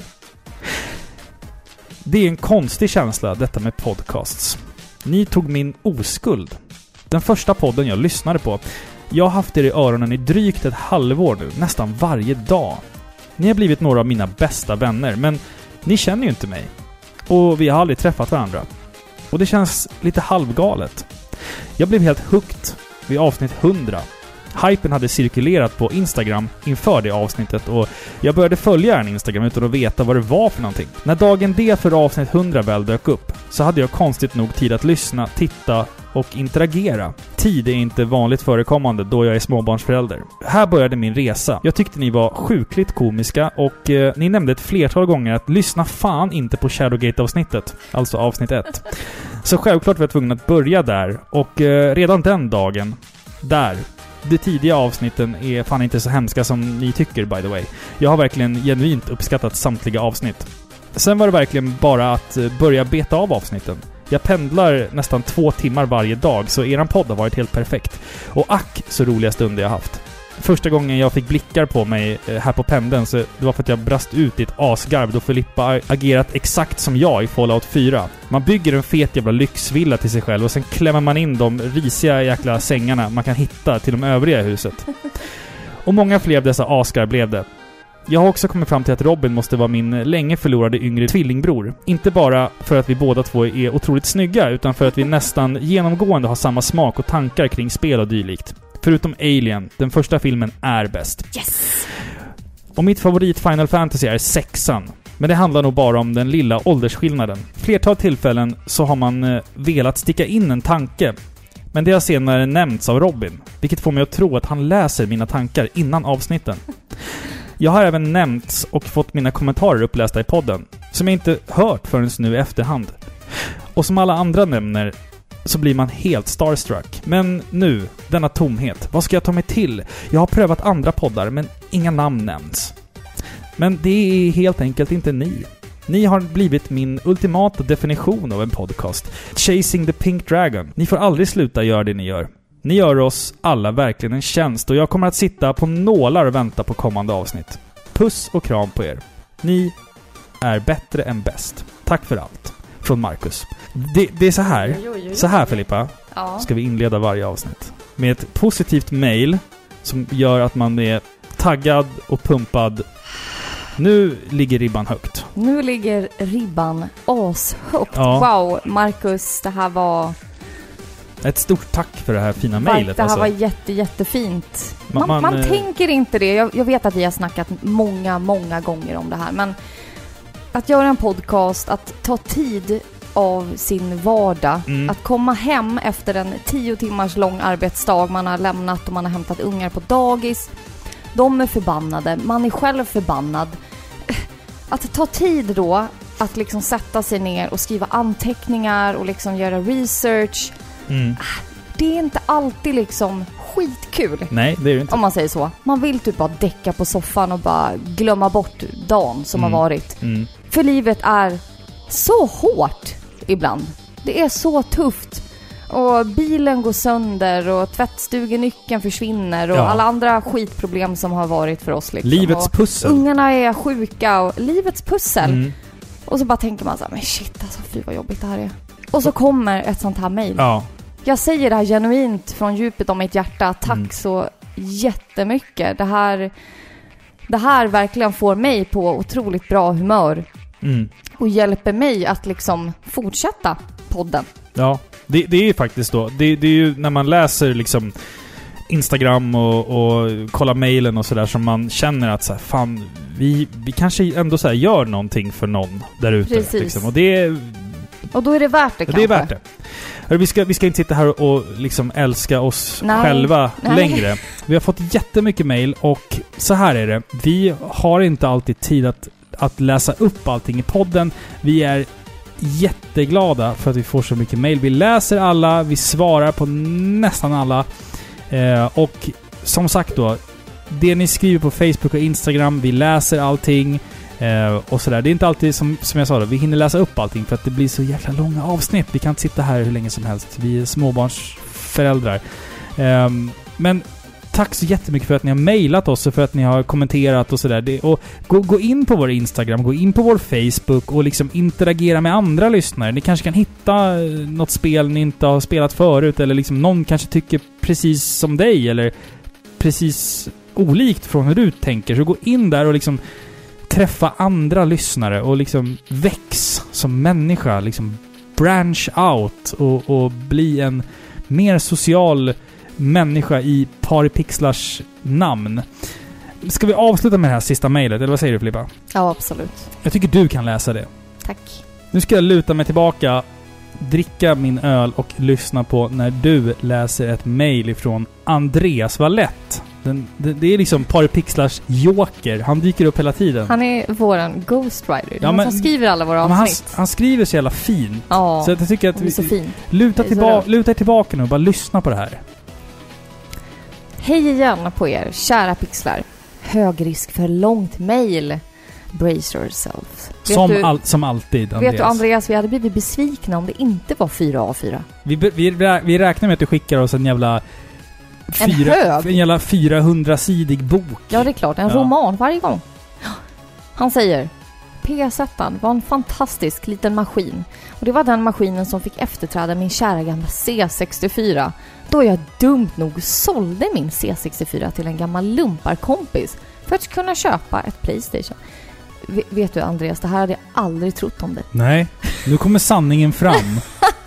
Det är en konstig känsla, detta med podcasts. Ni tog min oskuld. Den första podden jag lyssnade på. Jag har haft er i öronen i drygt ett halvår nu, nästan varje dag. Ni har blivit några av mina bästa vänner, men ni känner ju inte mig. Och vi har aldrig träffat varandra. Och det känns lite halvgalet. Jag blev helt hooked vid avsnitt 100. Hypen hade cirkulerat på Instagram inför det avsnittet och jag började följa en Instagram utan att veta vad det var för någonting. När dagen D för avsnitt 100 väl dök upp så hade jag konstigt nog tid att lyssna, titta och interagera. Tid är inte vanligt förekommande då jag är småbarnsförälder. Här började min resa. Jag tyckte ni var sjukligt komiska och ni nämnde ett flertal gånger att lyssna fan inte på Shadowgate-avsnittet. Alltså avsnitt 1. Så självklart var jag tvungen att börja där och redan den dagen, de tidiga avsnitten är fan inte så hemska som ni tycker, by the way. Jag har verkligen genuint uppskattat samtliga avsnitt. Sen var det verkligen bara att börja beta av avsnitten. Jag pendlar nästan 2 timmar varje dag, så eran podd har varit helt perfekt. Och ack så roliga stunder jag haft. Första gången jag fick blickar på mig här på pendeln, så det var för att jag brast ut i ett asgarv då Filippa agerat exakt som jag i Fallout 4. Man bygger en fet jävla lyxvilla till sig själv och sen klämmer man in de risiga jäkla sängarna man kan hitta till de övriga i huset. Och många fler av dessa asgarv blev det. Jag har också kommit fram till att Robin måste vara min länge förlorade yngre tvillingbror. Inte bara för att vi båda två är otroligt snygga, utan för att vi nästan genomgående har samma smak och tankar kring spel och dylikt. Förutom Alien, den första filmen är bäst. Yes! Och mitt favorit Final Fantasy är 6:an. Men det handlar nog bara om den lilla åldersskillnaden. Flertal tillfällen så har man velat sticka in en tanke. Men det har senare nämnts av Robin, vilket får mig att tro att han läser mina tankar innan avsnitten. Jag har även nämnts och fått mina kommentarer upplästa i podden, som jag inte hört förrän nu i efterhand. Och som alla andra nämner så blir man helt starstruck. Men nu, denna tomhet, vad ska jag ta mig till? Jag har prövat andra poddar, men inga namn nämns. Men det är helt enkelt inte ni. Ni har blivit min ultimata definition av en podcast. Chasing the Pink Dragon. Ni får aldrig sluta göra det ni gör. Ni gör oss alla verkligen en tjänst och jag kommer att sitta på nålar och vänta på kommande avsnitt. Puss och kram på er. Ni är bättre än bäst. Tack för allt. Från Marcus. Det är så här. Så här, Filippa. Ja. Ska vi inleda varje avsnitt. Med ett positivt mail som gör att man är taggad och pumpad. Nu ligger ribban högt. Nu ligger ribban ashögt. Ja. Wow, Marcus, det här var... Ett stort tack för det här fina mejlet. Det här alltså. var jättefint. Man Man tänker inte det. Jag vet att vi har snackat många gånger om det här. Men att göra en podcast, att ta tid av sin vardag, att komma hem efter en 10 timmars lång arbetsdag, man har lämnat och man har hämtat ungar på dagis. De är förbannade, man är själv förbannad. Att ta tid då att liksom sätta sig ner och skriva anteckningar och liksom göra research. Det är inte alltid liksom skitkul. Nej, det är det inte. Om man säger så. Man vill typ bara däcka på soffan och bara glömma bort dagen som har varit. För livet är så hårt ibland. Det är så tufft. Och bilen går sönder och tvättstugenyckeln försvinner och alla andra skitproblem som har varit för oss liksom. Livets pussel. Och ungarna är sjuka och livets pussel. Och så bara tänker man så här, men shit alltså, fy vad jobbigt det här är. Och så kommer ett sånt här mejl. Ja. Jag säger det här genuint från djupet av mitt hjärta. Tack så jättemycket. Det här verkligen får mig på otroligt bra humör. Och hjälper mig att liksom fortsätta podden. Ja. Det är ju faktiskt då. Det är ju när man läser liksom Instagram och kollar mejlen och sådär som man känner att så här, fan, vi kanske ändå så här gör någonting för någon där ute. Liksom. Och då är det värt det kanske. Det är värt det. Vi ska inte sitta här och liksom älska oss själva längre. Vi har fått jättemycket mejl och så här är det. Vi har inte alltid tid att läsa upp allting i podden. Vi är jätteglada för att vi får så mycket mejl. Vi läser alla, vi svarar på nästan alla. Och som sagt då, det ni skriver på Facebook och Instagram, vi läser allting. Och sådär. Det är inte alltid som jag sa då, vi hinner läsa upp allting för att det blir så jäkla långa avsnitt. Vi kan inte sitta här hur länge som helst. Vi är småbarnsföräldrar. Men tack så jättemycket för att ni har mejlat oss och för att ni har kommenterat och sådär. Och gå in på vår Instagram, gå in på vår Facebook och liksom interagera med andra lyssnare. Ni kanske kan hitta något spel ni inte har spelat förut eller liksom någon kanske tycker precis som dig eller precis olikt från hur du tänker. Så gå in där och liksom träffa andra lyssnare och liksom väx som människa, liksom branch out och bli en mer social människa i Paripixlars namn. Ska vi avsluta med det här sista mejlet, eller vad säger du, Filippa? Ja, absolut. Jag tycker du kan läsa det. Tack. Nu ska jag luta mig tillbaka dricka min öl och lyssna på när du läser ett mejl ifrån Andreas Wallett. Det är liksom Par Pixlars joker. Han dyker upp hela tiden. Han är våran ghostwriter. Ja, han skriver alla våra avsnitt. Han skriver så jävla fint. Ja, så jag tycker att det är så fint. Luta tillbaka nu och bara lyssna på det här. Hej igen på er, kära pixlar. Hög risk för långt mejl. Brace yourself. Som alltid, Andreas. Vet du, Andreas, vi hade blivit besvikna om det inte var 4A4. Vi räknar med att du skickar oss en jävla... En jävla 400-sidig bok. Ja, det är klart. En roman varje gång. Han säger... PS1 var en fantastisk liten maskin. Och det var den maskinen som fick efterträda min kära gamla C64. Då jag dumt nog sålde min C64 till en gammal lumparkompis för att kunna köpa ett PlayStation. Vet du, Andreas, det här hade jag aldrig trott om dig. Nej, nu kommer sanningen fram.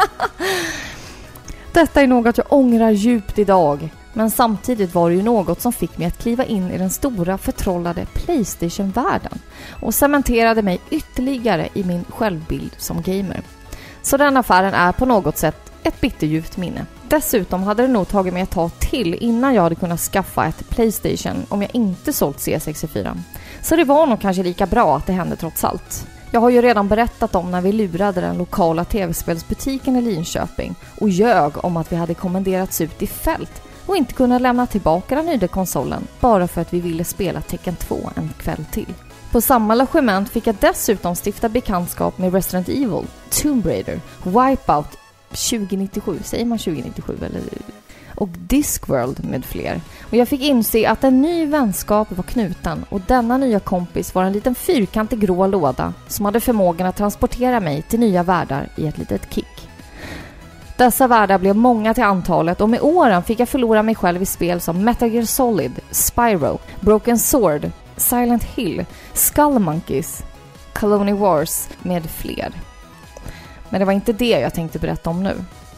Detta är något jag ångrar djupt idag. Men samtidigt var det ju något som fick mig att kliva in i den stora förtrollade PlayStation-världen och cementerade mig ytterligare i min självbild som gamer. Så den affären är på något sätt ett bitterljuvt minne. Dessutom hade det nog tagit mig ett tag till innan jag hade kunnat skaffa ett PlayStation om jag inte sålt C64. Så det var nog kanske lika bra att det hände trots allt. Jag har ju redan berättat om när vi lurade den lokala tv-spelsbutiken i Linköping och ljög om att vi hade kommenderats ut i fält och inte kunna lämna tillbaka den nya konsolen bara för att vi ville spela Tekken 2 en kväll till. På samma logement fick jag dessutom stifta bekantskap med Resident Evil, Tomb Raider, Wipeout 2097, säger man 2097 eller? Och Discworld med fler. Och jag fick inse att en ny vänskap var knuten och denna nya kompis var en liten fyrkantig grå låda som hade förmågan att transportera mig till nya världar i ett litet kick. Dessa världar blev många till antalet och med åren fick jag förlora mig själv i spel som Metal Gear Solid, Spyro, Broken Sword, Silent Hill, Skull Monkeys, Colony Wars med fler. Men det var inte det jag tänkte berätta om nu.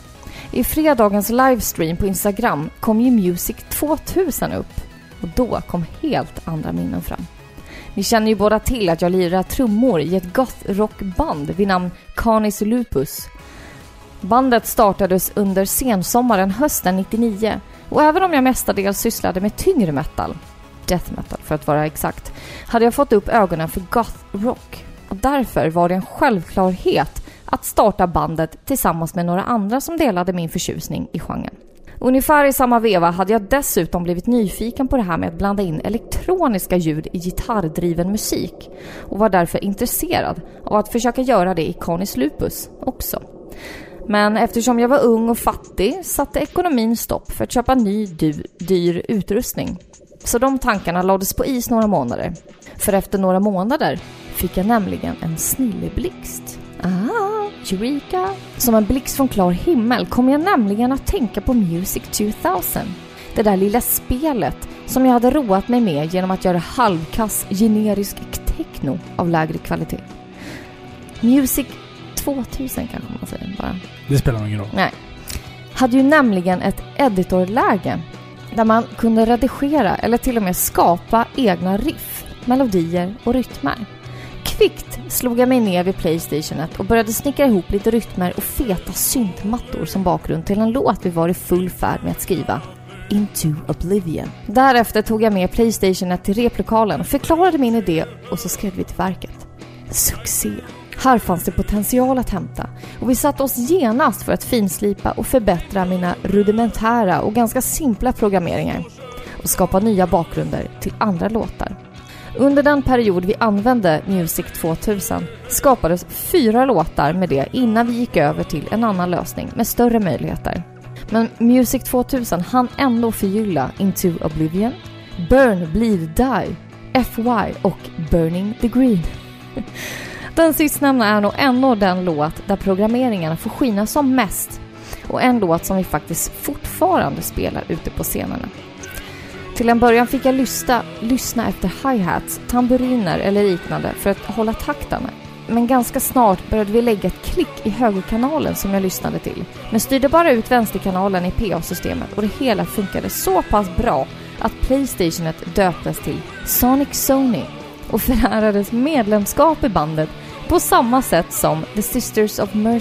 I fredagens livestream på Instagram kom ju Music 2000 upp och då kom helt andra minnen fram. Ni känner ju båda till att jag lirar trummor i ett goth-rockband vid namn Canis Lupus. Bandet startades under sensommaren hösten 99 och även om jag mestadels sysslade med tyngre metal, death metal för att vara exakt, hade jag fått upp ögonen för goth-rock. Och därför var det en självklarhet att starta bandet tillsammans med några andra som delade min förtjusning i genren. Ungefär i samma veva hade jag dessutom blivit nyfiken på det här med att blanda in elektroniska ljud i gitarrdriven musik och var därför intresserad av att försöka göra det i Canis Lupus också. Men eftersom jag var ung och fattig satte ekonomin stopp för att köpa ny dyr utrustning. Så de tankarna lades på is några månader. För efter några månader fick jag nämligen en snilleblixt. Eureka! Som en blixt från klar himmel kom jag nämligen att tänka på Music 2000. Det där lilla spelet som jag hade roat mig med genom att göra halvkass generisk techno av lägre kvalitet. Music 2000 kanske man säger bara. Det spelar ingen roll. Nej. Hade ju nämligen ett editorläge där man kunde redigera eller till och med skapa egna riff, melodier och rytmer. Kvickt slog jag mig ner vid PlayStationet och började snickra ihop lite rytmer och feta syntmattor som bakgrund till en låt vi var i full färd med att skriva. Into Oblivion. Därefter tog jag med PlayStationet till replokalen och förklarade min idé och så skrev vi till verket. Succé! Här fanns det potential att hämta och vi satte oss genast för att finslipa och förbättra mina rudimentära och ganska simpla programmeringar och skapa nya bakgrunder till andra låtar. Under den period vi använde Music 2000 skapades 4 låtar med det innan vi gick över till en annan lösning med större möjligheter. Men Music 2000 hann ändå förgylla Into Oblivion, Burn, Bleed, Die, FY och Burning the Green. Den sistnämnda är nog ändå den låt där programmeringarna får skina som mest och en låt som vi faktiskt fortfarande spelar ute på scenerna. Till en början fick jag lyssna efter hi-hats, tamburiner eller liknande för att hålla takten. Men ganska snart började vi lägga ett klick i högerkanalen som jag lyssnade till. Men styrde bara ut vänsterkanalen i PA-systemet och det hela funkade så pass bra att PlayStationet döptes till Sonic Sony och förärades medlemskap i bandet på samma sätt som The Sisters of Mercy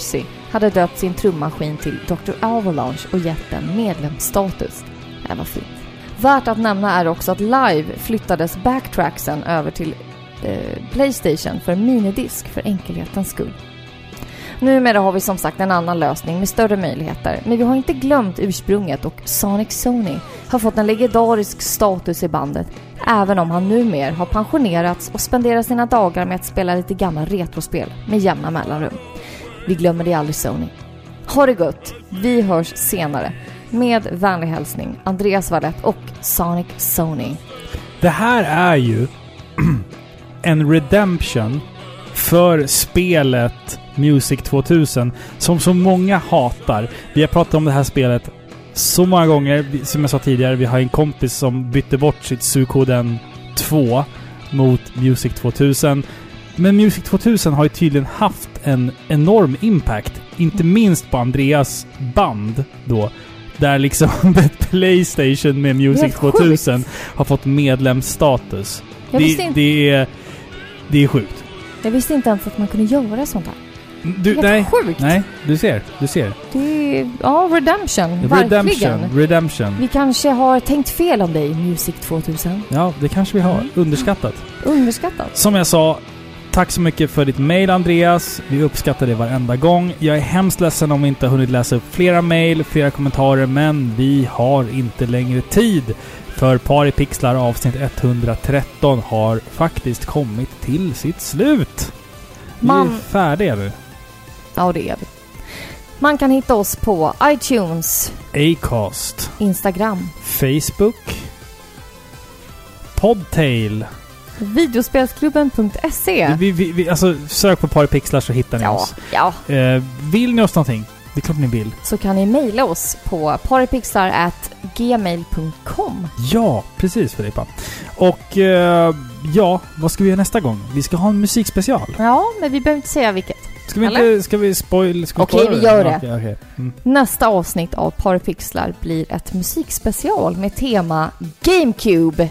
hade döpt sin trummaskin till Dr. Avalanche och gett den medlemsstatus. Det var fint. Värt att nämna är också att live flyttades backtracksen över till PlayStation för minidisk för enkelhetens skull. Numera har vi som sagt en annan lösning med större möjligheter, men vi har inte glömt ursprunget och Sonic Sony har fått en legendarisk status i bandet, även om han numera har pensionerats och spenderar sina dagar med att spela lite gamla retrospel med jämna mellanrum. Vi glömmer det aldrig, Sony. Ha det gott, vi hörs senare. Med vänlig hälsning, Andreas Wallett och Sonic Sony. Det här är ju en redemption för spelet Music 2000 som så många hatar. Vi har pratat om det här spelet så många gånger. Som jag sa tidigare, vi har en kompis som bytte bort sitt Suikoden 2 mot Music 2000. Men Music 2000 har ju tydligen haft en enorm impact. Inte minst på Andreas band då. Där liksom PlayStation med Music 2000 har fått medlemsstatus. Det är sjukt. Jag visste inte ens att man kunde göra sånt här. Sjukt. Nej, du ser. Det är, redemption. Verkligen. Redemption. Vi kanske har tänkt fel om dig, Music 2000. Ja, det kanske vi har. Underskattat. Som jag sa, tack så mycket för ditt mejl, Andreas. Vi uppskattar det varenda gång. Jag är hemskt ledsen om vi inte har hunnit läsa upp flera mejl, flera kommentarer, men vi har inte längre tid. För Paripixlar avsnitt 113 har faktiskt kommit till sitt slut. Vi är färdiga nu. Ja, det är vi. Man kan hitta oss på iTunes, Acast, Instagram, Facebook, Podtail, videospelsklubben.se. Alltså sök på Paripixlar så hittar ni oss. Ja. Vill ni oss någonting? Det är klart ni vill. Så kan ni mejla oss på paripixlar@gmail.com. Ja, precis, Filippa. Och vad ska vi göra nästa gång? Vi ska ha en musikspecial. Ja, men vi behöver inte säga vilket. Ska vi spoil? Okej, vi gör det. Okay. Nästa avsnitt av Paripixlar blir ett musikspecial med tema GameCube.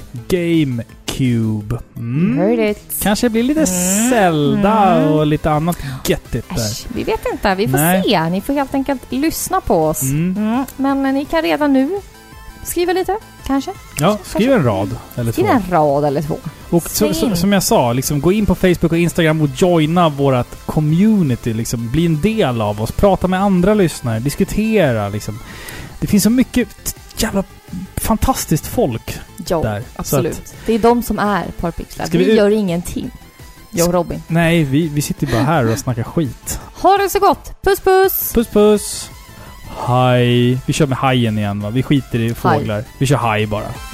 Heard it. Kanske blir lite Zelda och lite annat göttigt där. Vi vet inte, vi får se. Ni får helt enkelt lyssna på oss. Men ni kan redan nu skriva lite, kanske. Ja, skriv en rad eller två. Skriv en rad eller två. Och som jag sa, liksom, gå in på Facebook och Instagram och joina vårat community. Liksom, bli en del av oss. Prata med andra lyssnare. Diskutera. Liksom. Det finns så mycket jävla fantastiskt folk där. Absolut. Det är de som är Paripixlar. Vi gör ingenting. Jag och Robin. Nej, vi sitter bara här och snackar skit. Ha det så gott. Puss, puss. Puss, puss. Hej. Vi kör med hajen igen, va? Vi skiter i fåglar. Vi kör haj bara.